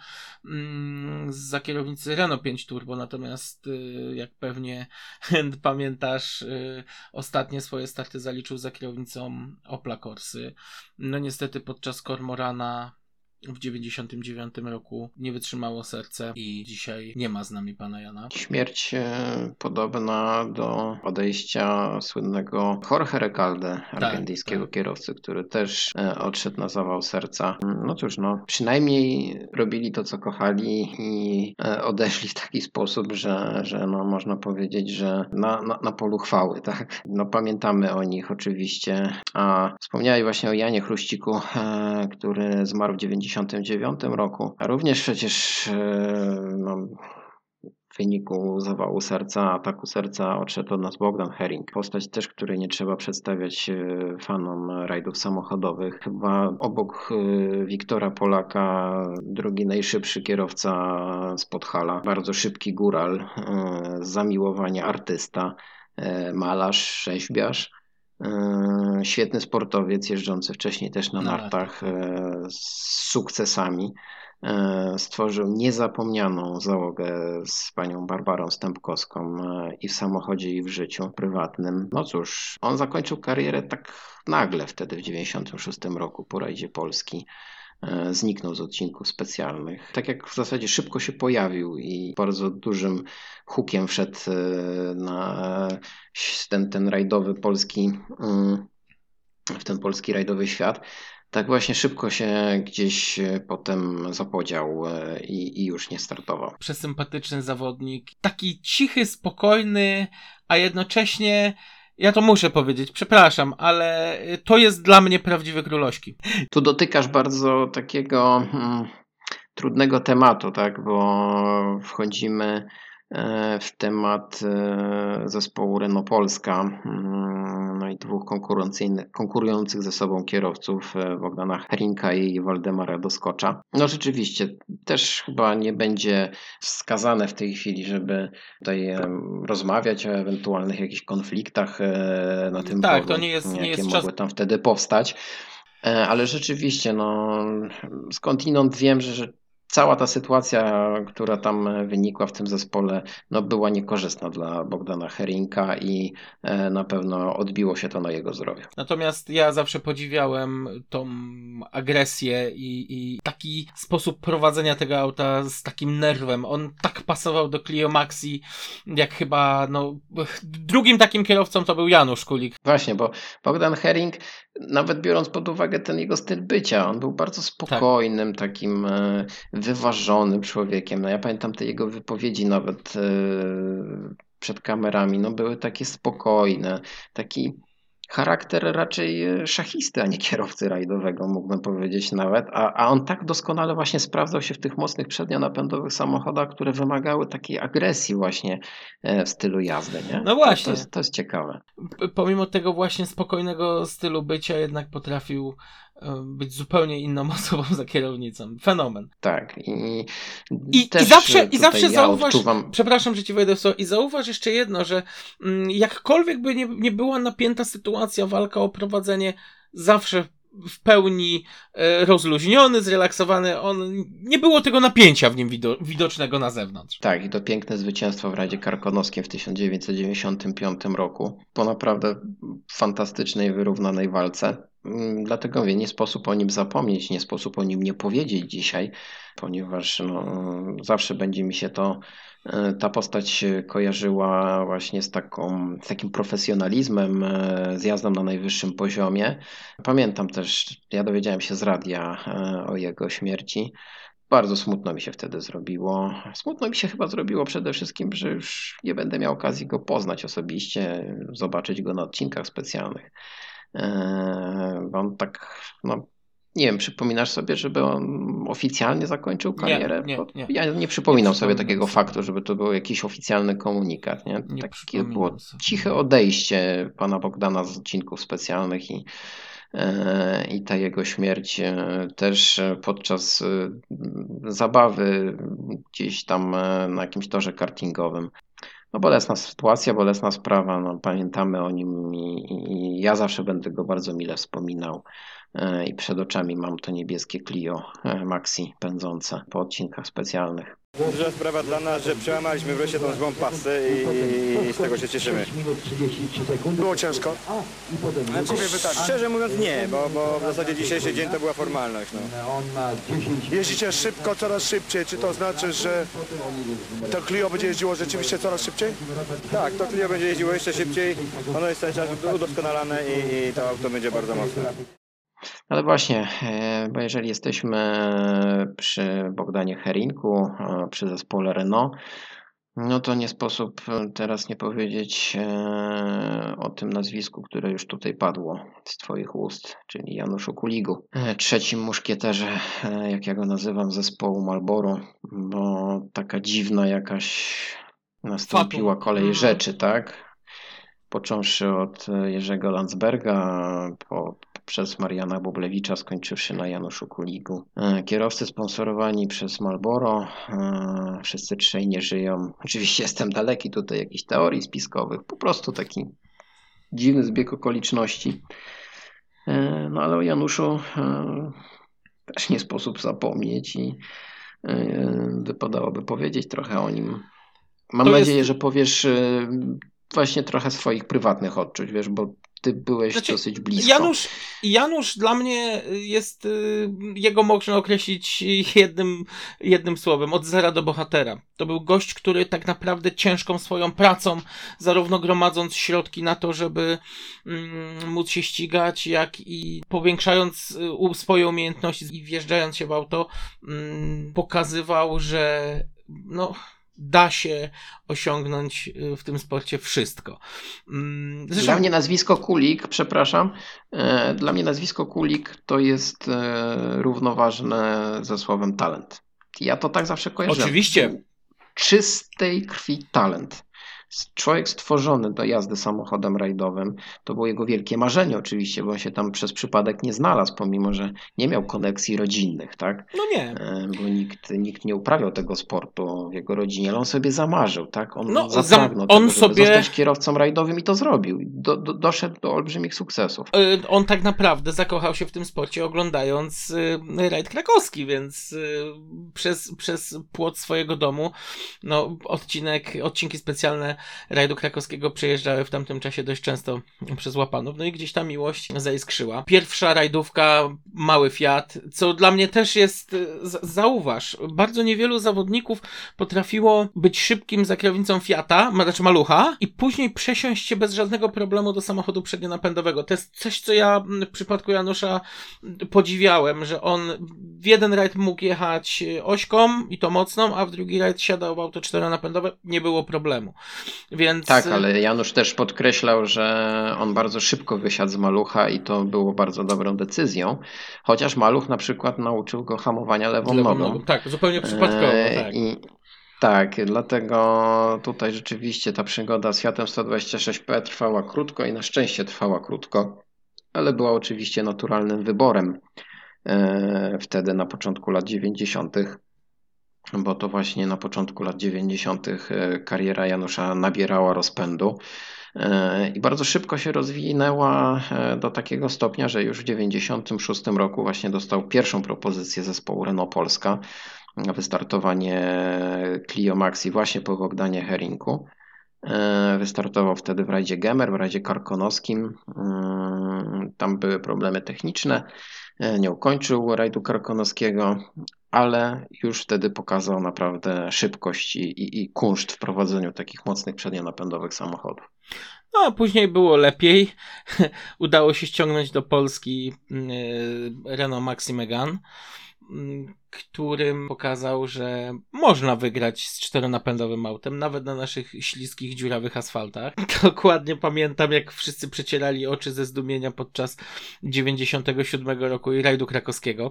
za kierownicy Renault pięć Turbo, natomiast jak pewnie pamiętasz, ostatnie swoje starty zaliczył za kierownicą Opla Corsy. No niestety podczas Cormorana w dziewięćdziesiątym dziewiątym roku nie wytrzymało serce i dzisiaj nie ma z nami pana Jana. Śmierć podobna do odejścia słynnego Jorge Recalde, argentyńskiego tak, tak. kierowcy, który też odszedł na zawał serca. No cóż, no przynajmniej robili to, co kochali i odeszli w taki sposób, że, że no, można powiedzieć, że na, na, na polu chwały, tak? No pamiętamy o nich oczywiście. A wspomniałeś właśnie o Janie Chruściku, który zmarł w dziewięćdziesiątym dziewiątym roku, a również przecież no, w wyniku zawału serca, ataku serca odszedł od nas Bogdan Herring. Postać też, której nie trzeba przedstawiać fanom rajdów samochodowych. Chyba obok Wiktora Polaka drugi najszybszy kierowca z Podhala. Bardzo szybki góral, z zamiłowania artysta, malarz, rzeźbiarz. Świetny sportowiec, jeżdżący wcześniej też na nartach z sukcesami. Stworzył niezapomnianą załogę z panią Barbarą Stępkowską i w samochodzie, i w życiu prywatnym. No cóż, on zakończył karierę tak nagle wtedy w dziewięćdziesiątym szóstym roku po rajdzie Polski. Zniknął z odcinków specjalnych. Tak jak w zasadzie szybko się pojawił i bardzo dużym hukiem wszedł na ten, ten rajdowy polski, w ten polski rajdowy świat, tak właśnie szybko się gdzieś potem zapodział i, i już nie startował. Przesympatyczny zawodnik, taki cichy, spokojny, a jednocześnie ja to muszę powiedzieć, przepraszam, ale to jest dla mnie prawdziwy król ośki. Tu dotykasz bardzo takiego hmm, trudnego tematu, tak, bo wchodzimy w temat zespołu Renault Polska, no i dwóch konkurujących ze sobą kierowców, Bogdana Herringa i Waldemara Doskocza. No rzeczywiście, też chyba nie będzie wskazane w tej chwili, żeby tutaj rozmawiać o ewentualnych jakichś konfliktach na tym tak, polu, to nie jest, nie jakie jest mogły czas... tam wtedy powstać. Ale rzeczywiście, no skądinąd wiem, że, że cała ta sytuacja, która tam wynikła w tym zespole, no była niekorzystna dla Bogdana Herringa i na pewno odbiło się to na jego zdrowiu. Natomiast ja zawsze podziwiałem tą agresję i, i taki sposób prowadzenia tego auta z takim nerwem. On tak pasował do Clio Maxi, jak chyba no drugim takim kierowcą to był Janusz Kulik. Właśnie, bo Bogdan Herring, nawet biorąc pod uwagę ten jego styl bycia, on był bardzo spokojnym, tak. takim wyważonym człowiekiem. No ja pamiętam te jego wypowiedzi nawet przed kamerami, no były takie spokojne, taki charakter raczej szachisty, a nie kierowcy rajdowego, mógłbym powiedzieć nawet, a, a on tak doskonale właśnie sprawdzał się w tych mocnych przednionapędowych samochodach, które wymagały takiej agresji właśnie w stylu jazdy, nie? No właśnie. To, to, jest, to jest ciekawe. Pomimo tego właśnie spokojnego stylu bycia jednak potrafił być zupełnie inną osobą za kierownicą. Fenomen. Tak. I, I, i zawsze, i zawsze ja zauważ, odczuwam... przepraszam, że ci wejdę w słowo, i zauważ jeszcze jedno, że mm, jakkolwiek by nie, nie była napięta sytuacja, walka o prowadzenie, zawsze w pełni e, rozluźniony, zrelaksowany. On, nie było tego napięcia w nim wido- widocznego na zewnątrz. Tak, i to piękne zwycięstwo w Rajdzie Karkonoskim w tysiąc dziewięćset dziewięćdziesiątym piątym roku. Po naprawdę fantastycznej, wyrównanej walce. Dlatego mówię, nie sposób o nim zapomnieć, nie sposób o nim nie powiedzieć dzisiaj, ponieważ no, zawsze będzie mi się to, ta postać kojarzyła właśnie z, taką, z takim profesjonalizmem, z jazdą na najwyższym poziomie. Pamiętam też, ja dowiedziałem się z radia o jego śmierci. Bardzo smutno mi się wtedy zrobiło. Smutno mi się chyba zrobiło przede wszystkim, że już nie będę miał okazji go poznać osobiście, zobaczyć go na odcinkach specjalnych. Bo on tak, no nie wiem, przypominasz sobie, żeby on oficjalnie zakończył karierę? Nie, nie, nie. Ja nie przypominam Nie sobie przypominam takiego sobie. faktu, żeby to był jakiś oficjalny komunikat. Nie? Nie Takie przypominam było sobie. ciche odejście pana Bogdana z odcinków specjalnych i i ta jego śmierć też podczas zabawy gdzieś tam na jakimś torze kartingowym. No bolesna sytuacja, bolesna sprawa, no, pamiętamy o nim i, i ja zawsze będę go bardzo mile wspominał i przed oczami mam to niebieskie Clio Maxi pędzące po odcinkach specjalnych. Duża sprawa dla nas, że przełamaliśmy wreszcie tą złą pasę i, i z tego się cieszymy. Było ciężko? Znaczy, szczerze mówiąc nie, bo, bo w zasadzie dzisiejszy dzień to była formalność. No. Jeździcie szybko, coraz szybciej. Czy to znaczy, że to Clio będzie jeździło rzeczywiście coraz szybciej? Tak, to Clio będzie jeździło jeszcze szybciej, ono jest cały czas udoskonalane i, i to auto będzie bardzo mocne. Ale właśnie, bo jeżeli jesteśmy przy Bogdanie Herinku, przy zespole Renault, no to nie sposób teraz nie powiedzieć o tym nazwisku, które już tutaj padło z Twoich ust, czyli Januszu Kuligu. Trzecim muszkieterze, jak ja go nazywam, zespołu Marlboro, bo taka dziwna jakaś nastąpiła kolej rzeczy, tak? Począwszy od Jerzego Landsberga, po, przez Mariana Bublewicza, skończywszy na Januszu Kuligu. Kierowcy sponsorowani przez Marlboro, wszyscy trzej nie żyją. Oczywiście jestem daleki tutaj jakichś teorii spiskowych, po prostu taki dziwny zbieg okoliczności. No ale o Januszu też nie sposób zapomnieć i wypadałoby powiedzieć trochę o nim. Mam To nadzieję, jest... że powiesz właśnie trochę swoich prywatnych odczuć, wiesz, bo ty byłeś Znaczy, dosyć blisko. Janusz, Janusz dla mnie jest, jego można określić jednym, jednym słowem, od zera do bohatera. To był gość, który tak naprawdę ciężką swoją pracą, zarówno gromadząc środki na to, żeby mm, móc się ścigać, jak i powiększając u, swoje umiejętności i wjeżdżając się w auto, mm, pokazywał, że no... da się osiągnąć w tym sporcie wszystko. Zresztą... Dla mnie nazwisko Kulik, przepraszam, dla mnie nazwisko Kulik to jest równoważne ze słowem talent. Ja to tak zawsze kojarzę. Oczywiście. Czystej krwi talent. Człowiek stworzony do jazdy samochodem rajdowym, to było jego wielkie marzenie oczywiście, bo on się tam przez przypadek nie znalazł, pomimo że nie miał koneksji rodzinnych, tak? No nie. Bo nikt, nikt nie uprawiał tego sportu w jego rodzinie, ale on sobie zamarzył, tak? On no, zapragnął on tego, sobie... żeby zostać kierowcą rajdowym i to zrobił. Do, do, doszedł do olbrzymich sukcesów. On tak naprawdę zakochał się w tym sporcie oglądając rajd krakowski, więc przez, przez płot swojego domu no, odcinek, odcinki specjalne rajdu krakowskiego przejeżdżały w tamtym czasie dość często przez Łapanów, no i gdzieś ta miłość zaiskrzyła. Pierwsza rajdówka, mały Fiat, co dla mnie też jest, zauważ, bardzo niewielu zawodników potrafiło być szybkim za kierownicą Fiata, znaczy malucha, i później przesiąść się bez żadnego problemu do samochodu przednionapędowego. To jest coś, co ja w przypadku Janusza podziwiałem, że on w jeden rajd mógł jechać ośką i to mocną, a w drugi rajd siadał w auto czteronapędowe, nie było problemu. Więc... Tak, ale Janusz też podkreślał, że on bardzo szybko wysiadł z malucha i to było bardzo dobrą decyzją, chociaż maluch na przykład nauczył go hamowania lewą, lewą nogą. nogą. Tak, zupełnie przypadkowo. Tak. I, tak, dlatego tutaj rzeczywiście ta przygoda z Fiatem sto dwadzieścia sześć P trwała krótko i na szczęście trwała krótko, ale była oczywiście naturalnym wyborem wtedy na początku lat dziewięćdziesiątych. Bo to właśnie na początku lat dziewięćdziesiątych kariera Janusza nabierała rozpędu. I bardzo szybko się rozwinęła do takiego stopnia, że już w dziewięćdziesiątym szóstym roku właśnie dostał pierwszą propozycję zespołu Renault Polska na wystartowanie Clio Maxi właśnie po Bogdanie Herinku. Wystartował wtedy w rajdzie Gemer, w rajdzie karkonoskim. Tam były problemy techniczne. Nie ukończył rajdu karkonoskiego, ale już wtedy pokazał naprawdę szybkość i, i, i kunszt w prowadzeniu takich mocnych przednionapędowych samochodów. No a później było lepiej. Udało się ściągnąć do Polski Renault Maxi Megane, którym pokazał, że można wygrać z czteronapędowym autem, nawet na naszych śliskich, dziurawych asfaltach. Dokładnie pamiętam, jak wszyscy przecierali oczy ze zdumienia podczas dziewięćdziesiątego siódmego roku i rajdu krakowskiego,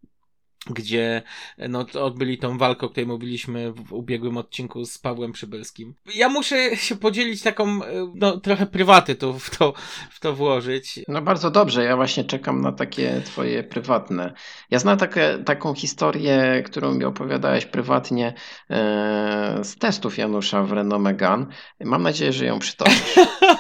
gdzie no, odbyli tą walkę, o której mówiliśmy w ubiegłym odcinku z Pawłem Przybylskim. Ja muszę się podzielić taką, no trochę prywaty tu w to, w to włożyć. No bardzo dobrze, ja właśnie czekam na takie twoje prywatne. Ja znam takie, taką historię, którą mi opowiadałeś prywatnie e, z testów Janusza w Renault Megane. Mam nadzieję, że ją przytoczysz.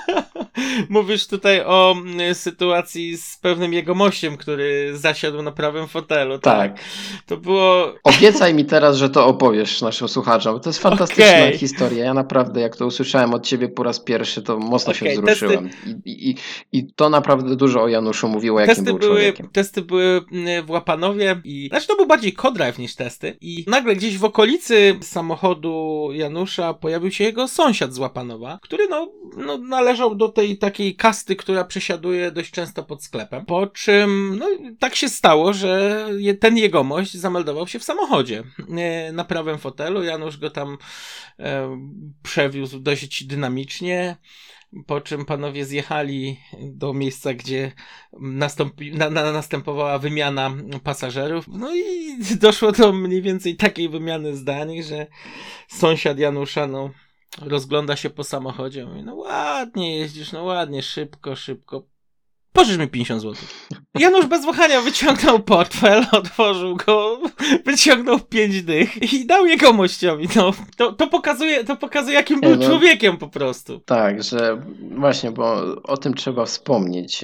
Mówisz tutaj o sytuacji z pewnym jegomościem, który zasiadł na prawym fotelu. Tak. tak. To było... Obiecaj mi teraz, że to opowiesz naszym słuchaczom, bo to jest fantastyczna okay. historia. Ja naprawdę, jak to usłyszałem od ciebie po raz pierwszy, to mocno okay, się wzruszyłem. Testy... I, i, I to naprawdę dużo o Januszu mówiło, jakim testy był były, człowiekiem. Testy były w Łapanowie i znaczy to był bardziej co-drive niż testy i nagle gdzieś w okolicy samochodu Janusza pojawił się jego sąsiad z Łapanowa, który no, no należał do tej takiej kasty, która przesiaduje dość często pod sklepem. Po czym no, tak się stało, że ten jegomość zameldował się w samochodzie na prawym fotelu. Janusz go tam e, przewiózł dość dynamicznie. Po czym panowie zjechali do miejsca, gdzie nastąpi, na, na, następowała wymiana pasażerów. No i doszło do mniej więcej takiej wymiany zdań, że sąsiad Janusza no, rozgląda się po samochodzie. Mówi, no ładnie jeździsz, no ładnie, szybko, szybko. Pożycz mi pięćdziesiąt złotych. Janusz bez wahania wyciągnął portfel, otworzył go, wyciągnął pięć dych i dał jegomościowi. No, to, to, pokazuje, to pokazuje, jakim był no, człowiekiem po prostu. Tak, że właśnie, bo o tym trzeba wspomnieć.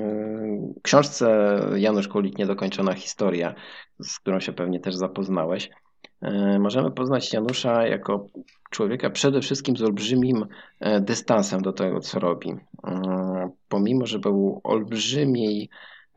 W książce Janusz Kulik Niedokończona historia, z którą się pewnie też zapoznałeś, możemy poznać Janusza jako człowieka przede wszystkim z olbrzymim dystansem do tego, co robi. Pomimo, że był olbrzymiej,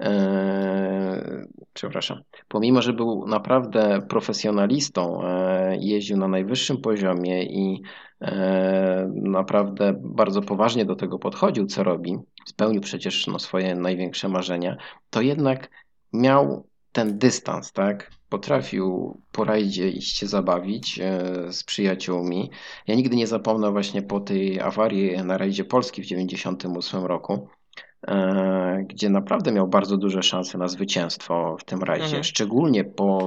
e, przepraszam, pomimo, że był naprawdę profesjonalistą, e, jeździł na najwyższym poziomie i e, naprawdę bardzo poważnie do tego podchodził, co robi, spełnił przecież no, swoje największe marzenia, to jednak miał ten dystans, tak? Potrafił po rajdzie iść się zabawić e, z przyjaciółmi. Ja nigdy nie zapomnę właśnie po tej awarii na rajdzie Polski w dziewięćdziesiątym ósmym roku, e, gdzie naprawdę miał bardzo duże szanse na zwycięstwo w tym rajdzie. Mhm. Szczególnie po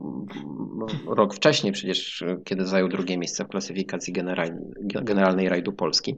rok wcześniej przecież, kiedy zajął drugie miejsce w klasyfikacji generalnej, generalnej rajdu Polski.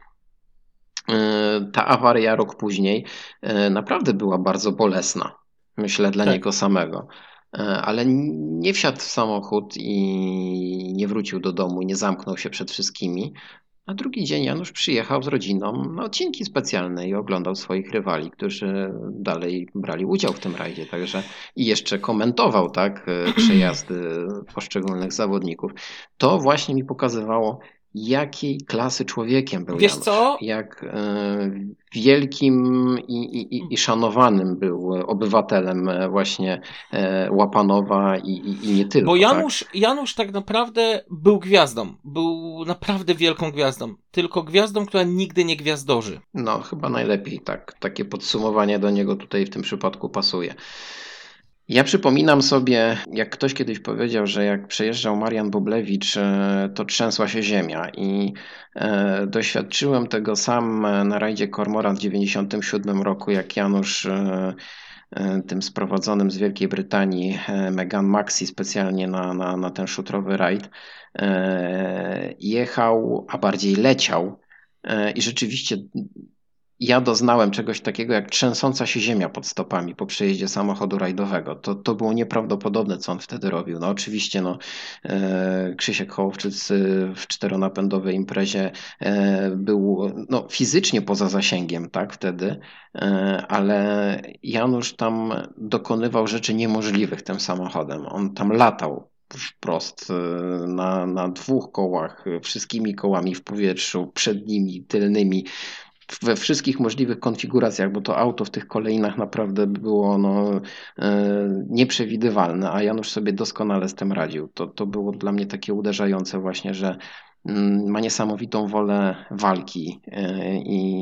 E, ta awaria rok później e, naprawdę była bardzo bolesna. Myślę, dla tak. niego samego. Ale nie wsiadł w samochód i nie wrócił do domu, nie zamknął się przed wszystkimi. A drugi dzień Janusz przyjechał z rodziną na odcinki specjalne i oglądał swoich rywali, którzy dalej brali udział w tym rajdzie. Także i jeszcze komentował tak przejazdy poszczególnych zawodników. To właśnie mi pokazywało, jakiej klasy człowiekiem był Wiesz Janusz. Co? Jak e, wielkim i, i, i szanowanym był obywatelem właśnie e, Łapanowa i, i, i nie tylko. Bo Janusz tak? Janusz tak naprawdę był gwiazdą. Był naprawdę wielką gwiazdą. Tylko gwiazdą, która nigdy nie gwiazdorzy. No, chyba najlepiej tak. Takie podsumowanie do niego tutaj w tym przypadku pasuje. Ja przypominam sobie, jak ktoś kiedyś powiedział, że jak przejeżdżał Marian Boblewicz, to trzęsła się ziemia i doświadczyłem tego sam na rajdzie Cormorant w dziewięćdziesiątym siódmym roku, jak Janusz tym sprowadzonym z Wielkiej Brytanii Megane Maxi specjalnie na, na, na ten szutrowy rajd jechał, a bardziej leciał i rzeczywiście ja doznałem czegoś takiego jak trzęsąca się ziemia pod stopami po przejeździe samochodu rajdowego. To, to było nieprawdopodobne, co on wtedy robił. No oczywiście no, e, Krzysiek Hołowczyc w czteronapędowej imprezie e, był no, fizycznie poza zasięgiem, tak, wtedy, e, ale Janusz tam dokonywał rzeczy niemożliwych tym samochodem. On tam latał wprost na, na dwóch kołach, wszystkimi kołami w powietrzu, przednimi, tylnymi, we wszystkich możliwych konfiguracjach, bo to auto w tych kolejnach naprawdę było no, e, nieprzewidywalne, a Janusz sobie doskonale z tym radził. To, to było dla mnie takie uderzające właśnie, że mm, ma niesamowitą wolę walki e,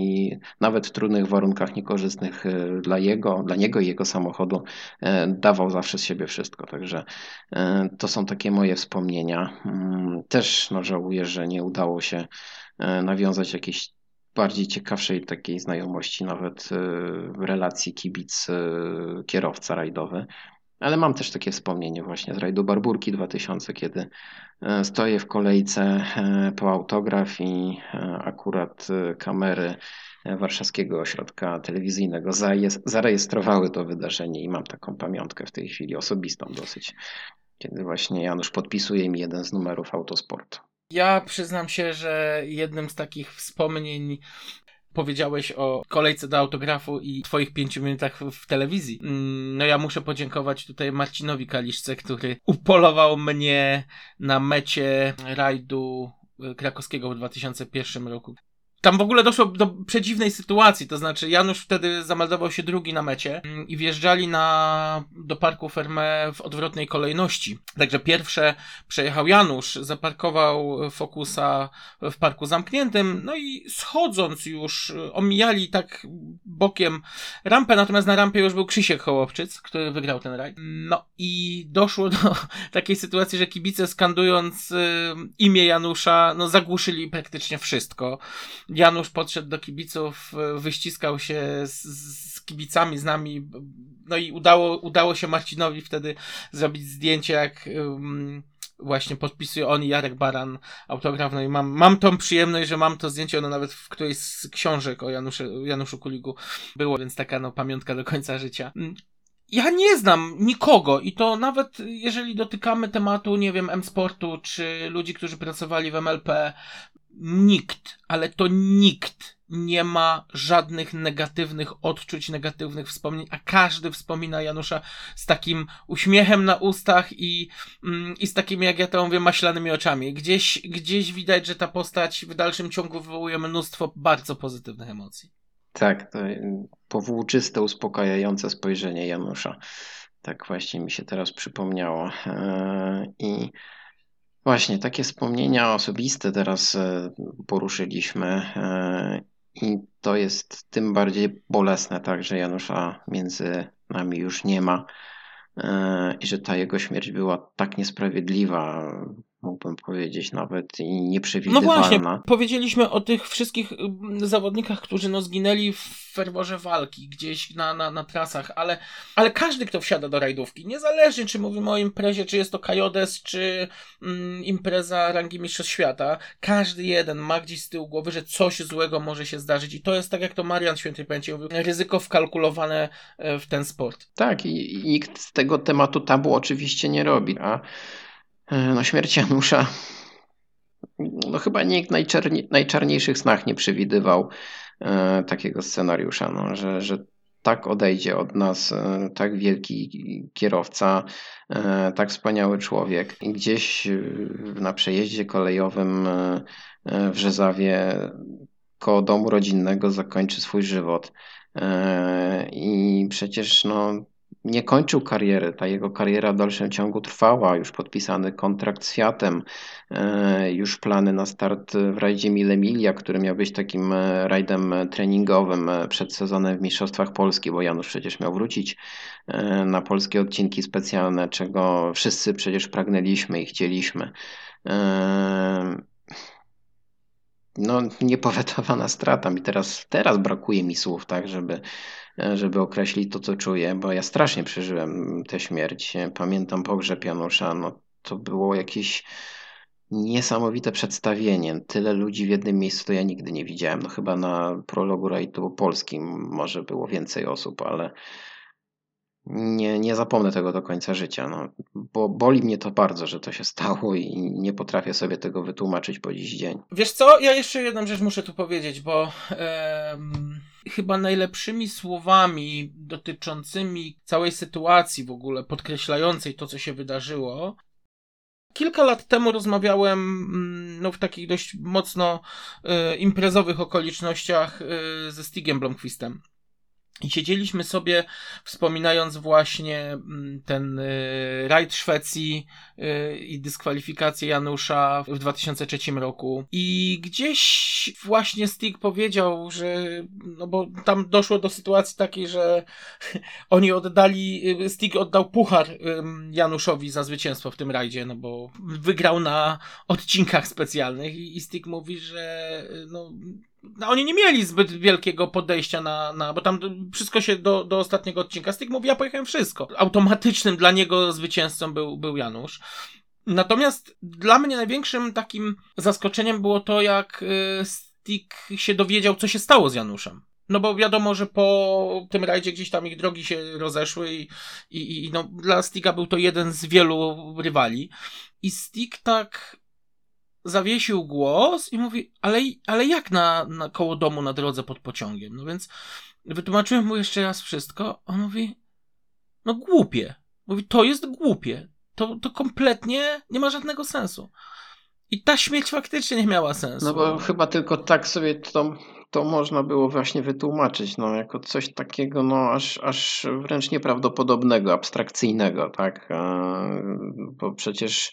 i nawet w trudnych warunkach niekorzystnych e, dla jego, dla niego i jego samochodu e, dawał zawsze z siebie wszystko. Także e, to są takie moje wspomnienia. Mm, też no, żałuję, że nie udało się e, nawiązać jakiejś bardziej ciekawszej takiej znajomości nawet w relacji kibic-kierowca rajdowy. Ale mam też takie wspomnienie właśnie z rajdu Barburki dwa tysiące, kiedy stoję w kolejce po autograf i akurat kamery Warszawskiego Ośrodka Telewizyjnego zarejestrowały to wydarzenie i mam taką pamiątkę w tej chwili osobistą dosyć, kiedy właśnie Janusz podpisuje mi jeden z numerów Autosportu. Ja przyznam się, że jednym z takich wspomnień powiedziałeś o kolejce do autografu i twoich pięciu minutach w telewizji. No ja muszę podziękować tutaj Marcinowi Kaliszce, który upolował mnie na mecie rajdu krakowskiego w dwa tysiące pierwszym roku. Tam w ogóle doszło do przedziwnej sytuacji, to znaczy Janusz wtedy zameldował się drugi na mecie i wjeżdżali na, do parku Fermé w odwrotnej kolejności. Także pierwsze przejechał Janusz, zaparkował Focusa w parku zamkniętym, no i schodząc już omijali tak bokiem rampę, natomiast na rampie już był Krzysiek Hołowczyc, który wygrał ten rajd. No i doszło do takiej sytuacji, że kibice skandując imię Janusza, no zagłuszyli praktycznie wszystko. Janusz podszedł do kibiców, wyściskał się z, z kibicami, z nami, no i udało, udało się Marcinowi wtedy zrobić zdjęcie, jak um, właśnie podpisuje on i Jarek Baran autograf, no i mam, mam tą przyjemność, że mam to zdjęcie, ono nawet w którejś z książek o Januszu, Januszu Kuligu było, więc taka no pamiątka do końca życia. Ja nie znam nikogo i to nawet jeżeli dotykamy tematu, nie wiem, M-Sportu, czy ludzi, którzy pracowali w M L P, nikt, ale to nikt nie ma żadnych negatywnych odczuć, negatywnych wspomnień, a każdy wspomina Janusza z takim uśmiechem na ustach i, i z takimi, jak ja to mówię, maślanymi oczami. Gdzieś, gdzieś widać, że ta postać w dalszym ciągu wywołuje mnóstwo bardzo pozytywnych emocji. Tak, to powłóczyste, uspokajające spojrzenie Janusza. Tak właśnie mi się teraz przypomniało. I właśnie takie wspomnienia osobiste teraz poruszyliśmy i to jest tym bardziej bolesne, tak, że Janusza między nami już nie ma i że ta jego śmierć była tak niesprawiedliwa, mógłbym powiedzieć nawet, i nieprzewidywalna. No właśnie, powiedzieliśmy o tych wszystkich zawodnikach, którzy no zginęli w ferworze walki gdzieś na, na, na trasach, ale, ale każdy, kto wsiada do rajdówki, niezależnie czy mówimy o imprezie, czy jest to Kajodes, czy mm, impreza rangi Mistrzostw Świata, każdy jeden ma gdzieś z tyłu głowy, że coś złego może się zdarzyć i to jest tak jak to Marian Świętej Pamięci mówił, ryzyko wkalkulowane w ten sport. Tak, i, i nikt z tego tematu tabu oczywiście nie robi, a no śmierć Janusza, no chyba nikt w najczarni, najczarniejszych snach nie przewidywał e, takiego scenariusza, no, że, że tak odejdzie od nas e, tak wielki kierowca, e, tak wspaniały człowiek. I gdzieś na przejeździe kolejowym e, w Rzezawie koło domu rodzinnego zakończy swój żywot. E, I przecież no nie kończył kariery, ta jego kariera w dalszym ciągu trwała, już podpisany kontrakt z Fiatem, już plany na start w rajdzie Mille Miglia, który miał być takim rajdem treningowym przed sezonem w Mistrzostwach Polski, bo Janusz przecież miał wrócić na polskie odcinki specjalne, czego wszyscy przecież pragnęliśmy i chcieliśmy. No, niepowetowana strata. Mi teraz, teraz brakuje mi słów, tak, żeby żeby określić to, co czuję, bo ja strasznie przeżyłem tę śmierć. Pamiętam pogrzeb Janusza, no to było jakieś niesamowite przedstawienie. Tyle ludzi w jednym miejscu to ja nigdy nie widziałem. No chyba na prologu rajdu polskim może było więcej osób, ale nie, nie zapomnę tego do końca życia. No, bo boli mnie to bardzo, że to się stało i nie potrafię sobie tego wytłumaczyć po dziś dzień. Wiesz co, ja jeszcze jedną rzecz muszę tu powiedzieć, bo em, chyba najlepszymi słowami dotyczącymi całej sytuacji w ogóle, podkreślającej to, co się wydarzyło, kilka lat temu rozmawiałem mm, no, w takich dość mocno e, imprezowych okolicznościach e, ze Stigiem Blomqvistem. I siedzieliśmy sobie, wspominając właśnie ten y, rajd Szwecji y, i dyskwalifikację Janusza w dwa tysiące trzecim roku. I gdzieś właśnie Stig powiedział, że, no bo tam doszło do sytuacji takiej, że oni oddali, Stig oddał puchar y, Januszowi za zwycięstwo w tym rajdzie, no bo wygrał na odcinkach specjalnych i, i Stig mówi, że no, no oni nie mieli zbyt wielkiego podejścia na, na bo tam wszystko się do, do ostatniego odcinka. Stig mówi, ja pojechałem wszystko. Automatycznym dla niego zwycięzcą był, był Janusz. Natomiast dla mnie największym takim zaskoczeniem było to, jak Stig się dowiedział, co się stało z Januszem. No bo wiadomo, że po tym rajdzie gdzieś tam ich drogi się rozeszły i, i, i no, dla Stiga był to jeden z wielu rywali. I Stig tak zawiesił głos i mówi, ale, ale jak na, na koło domu na drodze pod pociągiem? No więc wytłumaczyłem mu jeszcze raz wszystko. On mówi, no głupie. Mówi, to jest głupie. To, to kompletnie nie ma żadnego sensu. I ta śmierć faktycznie nie miała sensu. No bo chyba tylko tak sobie to, to można było właśnie wytłumaczyć, no jako coś takiego, no aż, aż wręcz nieprawdopodobnego, abstrakcyjnego, tak? Bo przecież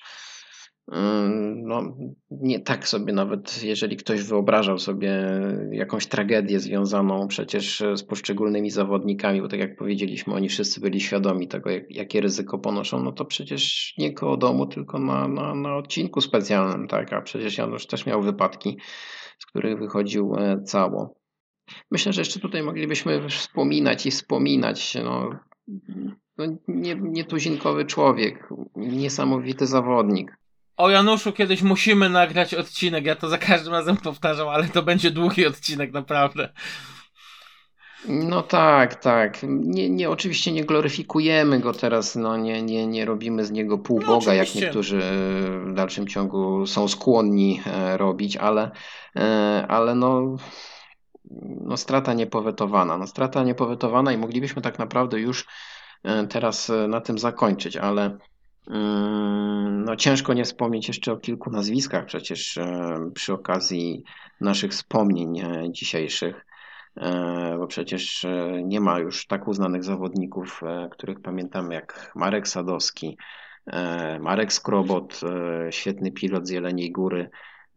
no, nie tak sobie nawet, jeżeli ktoś wyobrażał sobie jakąś tragedię związaną przecież z poszczególnymi zawodnikami, bo tak jak powiedzieliśmy, oni wszyscy byli świadomi tego, jak, jakie ryzyko ponoszą, no to przecież nie koło domu, tylko na, na, na odcinku specjalnym, tak? A przecież Janusz też miał wypadki, z których wychodził cało. Myślę, że jeszcze tutaj moglibyśmy wspominać i wspominać, no, no nie, nietuzinkowy człowiek, niesamowity zawodnik. O Januszu kiedyś musimy nagrać odcinek, ja to za każdym razem powtarzam, ale to będzie długi odcinek, naprawdę. No tak, tak. Nie, nie, oczywiście nie gloryfikujemy go teraz, no nie, nie, nie robimy z niego półboga, no, jak niektórzy w dalszym ciągu są skłonni robić, ale, ale no, no strata niepowetowana. No strata niepowetowana i moglibyśmy tak naprawdę już teraz na tym zakończyć, ale no ciężko nie wspomnieć jeszcze o kilku nazwiskach przecież przy okazji naszych wspomnień dzisiejszych, bo przecież nie ma już tak uznanych zawodników, których pamiętamy, jak Marek Sadowski, Marek Skrobot, świetny pilot z Jeleniej Góry,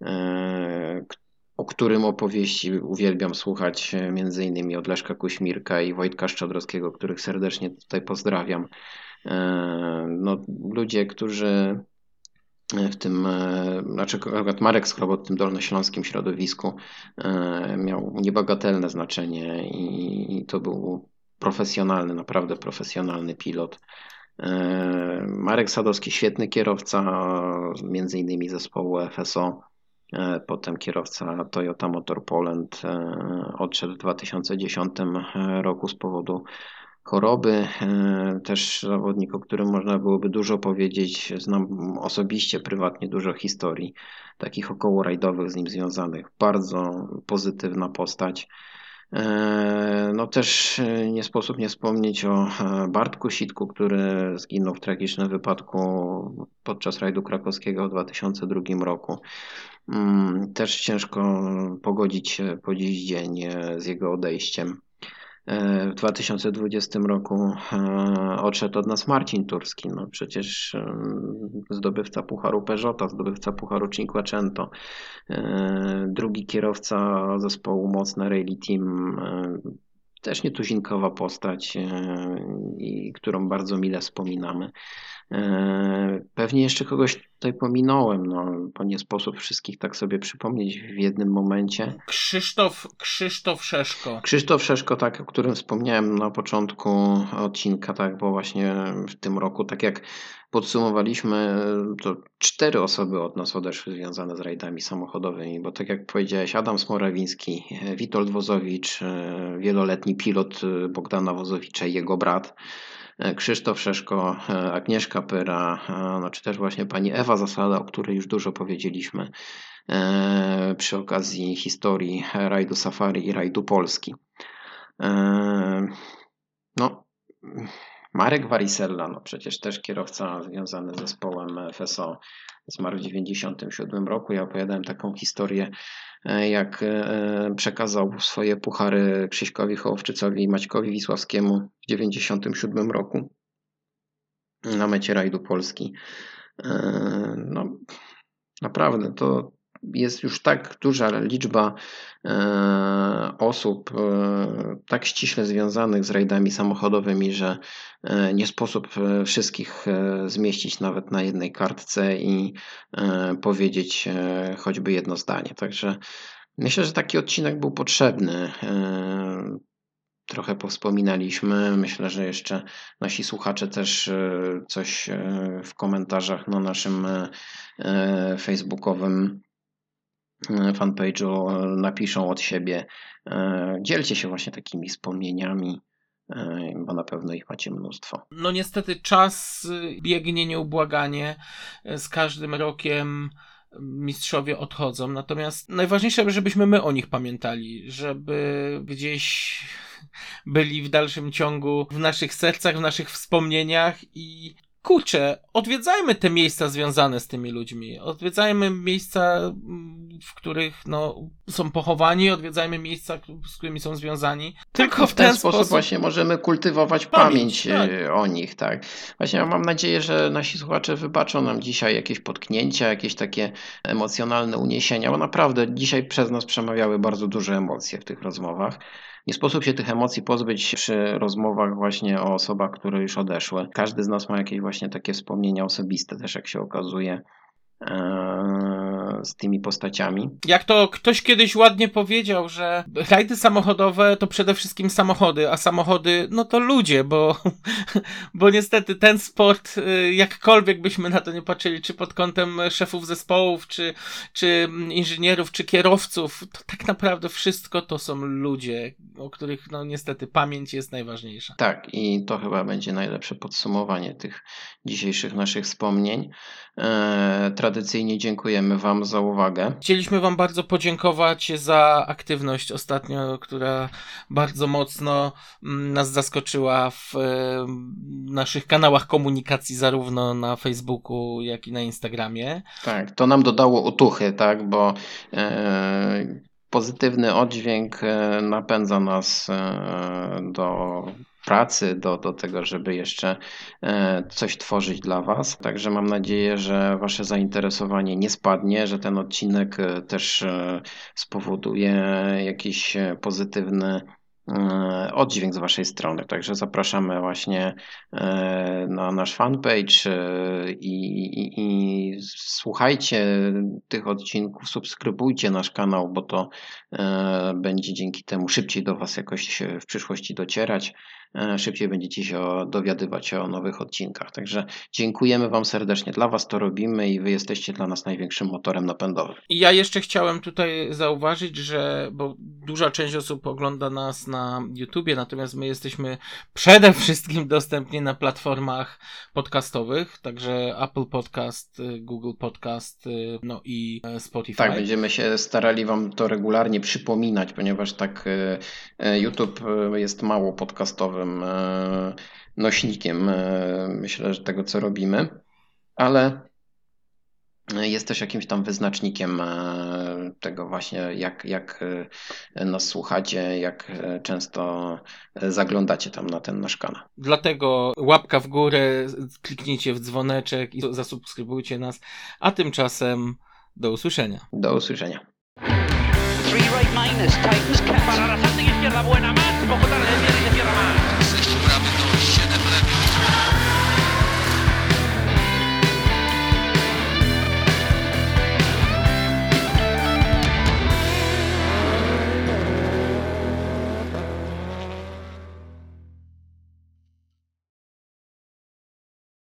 o którym opowieści uwielbiam słuchać między innymi od Leszka Kuśmirka i Wojtka Szczodrowskiego, których serdecznie tutaj pozdrawiam. No, ludzie, którzy w tym, znaczy Marek Skrobot w tym dolnośląskim środowisku miał niebagatelne znaczenie i to był profesjonalny, naprawdę profesjonalny pilot. Marek Sadowski, świetny kierowca, między innymi zespołu F S O, potem kierowca Toyota Motor Poland, odszedł w dwa tysiące dziesiątym roku z powodu choroby, też zawodnik, o którym można byłoby dużo powiedzieć. Znam osobiście, prywatnie dużo historii takich okołorajdowych z nim związanych. Bardzo pozytywna postać. No też nie sposób nie wspomnieć o Bartku Sitku, który zginął w tragicznym wypadku podczas rajdu krakowskiego w dwa tysiące drugim roku. Też ciężko pogodzić się po dziś dzień z jego odejściem. W dwa tysiące dwudziestym roku odszedł od nas Marcin Turski, no przecież zdobywca Pucharu Peugeota, zdobywca Pucharu Cinquecento, drugi kierowca zespołu Mocne Rally Team, też nietuzinkowa postać, i którą bardzo mile wspominamy. Pewnie jeszcze kogoś tutaj pominąłem, no, bo nie sposób wszystkich tak sobie przypomnieć w jednym momencie. Krzysztof, Krzysztof Szeszko. Krzysztof Szeszko, tak, o którym wspomniałem na początku odcinka, tak, bo właśnie w tym roku, tak jak podsumowaliśmy, to cztery osoby od nas odeszły związane z rajdami samochodowymi, bo tak jak powiedziałeś, Adam Smorawiński, Witold Wozowicz, wieloletni pilot Bogdana Wozowicza i jego brat, Krzysztof Szeszko, Agnieszka Pyra, no czy też właśnie pani Ewa Zasada, o której już dużo powiedzieliśmy przy okazji historii rajdu Safari i rajdu Polski. No, Marek Varisella, no przecież też kierowca związany z zespołem F S O, zmarł w dziewięćdziesiątym siódmym roku. Ja opowiadałem taką historię, jak przekazał swoje puchary Krzyśkowi Hołowczycowi i Maćkowi Wisławskiemu w dziewięćdziesiątym siódmym roku na mecie rajdu Polski. No, naprawdę to jest już tak duża liczba e, osób e, tak ściśle związanych z rajdami samochodowymi, że e, nie sposób wszystkich e, zmieścić nawet na jednej kartce i e, powiedzieć e, choćby jedno zdanie. Także myślę, że taki odcinek był potrzebny. E, Trochę powspominaliśmy. Myślę, że jeszcze nasi słuchacze też coś w komentarzach na naszym facebookowym fanpage'u napiszą od siebie. Dzielcie się właśnie takimi wspomnieniami, bo na pewno ich macie mnóstwo. No niestety czas biegnie nieubłaganie. Z każdym rokiem mistrzowie odchodzą, natomiast najważniejsze, żebyśmy my o nich pamiętali, żeby gdzieś byli w dalszym ciągu w naszych sercach, w naszych wspomnieniach i kurczę, odwiedzajmy te miejsca związane z tymi ludźmi, odwiedzajmy miejsca, w których no, są pochowani, odwiedzajmy miejsca, z którymi są związani. Tylko w ten, w ten sposób, sposób właśnie możemy kultywować pamięć, pamięć tak. o nich, tak. Właśnie ja mam nadzieję, że nasi słuchacze wybaczą nam dzisiaj jakieś potknięcia, jakieś takie emocjonalne uniesienia, bo naprawdę dzisiaj przez nas przemawiały bardzo duże emocje w tych rozmowach. Nie sposób się tych emocji pozbyć przy rozmowach właśnie o osobach, które już odeszły. Każdy z nas ma jakieś właśnie takie wspomnienia osobiste też, jak się okazuje, z tymi postaciami. Jak to ktoś kiedyś ładnie powiedział, że rajdy samochodowe to przede wszystkim samochody, a samochody no to ludzie, bo, bo niestety ten sport, jakkolwiek byśmy na to nie patrzyli, czy pod kątem szefów zespołów, czy, czy inżynierów, czy kierowców, to tak naprawdę wszystko to są ludzie, o których no niestety pamięć jest najważniejsza. Tak, i to chyba będzie najlepsze podsumowanie tych dzisiejszych naszych wspomnień. Eee, tradycyjnie dziękujemy Wam za uwagę. Chcieliśmy Wam bardzo podziękować za aktywność ostatnio, która bardzo mocno nas zaskoczyła w naszych kanałach komunikacji, zarówno na Facebooku, jak i na Instagramie. Tak, to nam dodało otuchy, tak, bo e, pozytywny oddźwięk napędza nas do pracy, do, do tego, żeby jeszcze coś tworzyć dla Was. Także mam nadzieję, że Wasze zainteresowanie nie spadnie, że ten odcinek też spowoduje jakiś pozytywny oddźwięk z Waszej strony. Także zapraszamy właśnie na nasz fanpage i, i, i słuchajcie tych odcinków, subskrybujcie nasz kanał, bo to będzie dzięki temu szybciej do Was jakoś w przyszłości docierać, szybciej będziecie się dowiadywać o nowych odcinkach. Także dziękujemy Wam serdecznie. Dla Was to robimy i Wy jesteście dla nas największym motorem napędowym. I ja jeszcze chciałem tutaj zauważyć, że bo duża część osób ogląda nas na YouTubie, natomiast my jesteśmy przede wszystkim dostępni na platformach podcastowych, także Apple Podcast, Google Podcast, no i Spotify. Tak, będziemy się starali Wam to regularnie przypominać, ponieważ tak YouTube jest mało podcastowym nośnikiem, myślę, że tego, co robimy, ale jest też jakimś tam wyznacznikiem tego właśnie, jak, jak nas słuchacie, jak często zaglądacie tam na ten nasz kanał. Dlatego łapka w górę, kliknijcie w dzwoneczek i zasubskrybujcie nas, a tymczasem do usłyszenia. Do usłyszenia. Three right minus, tightens cap. Para la izquierda, buena más. Poco tarde,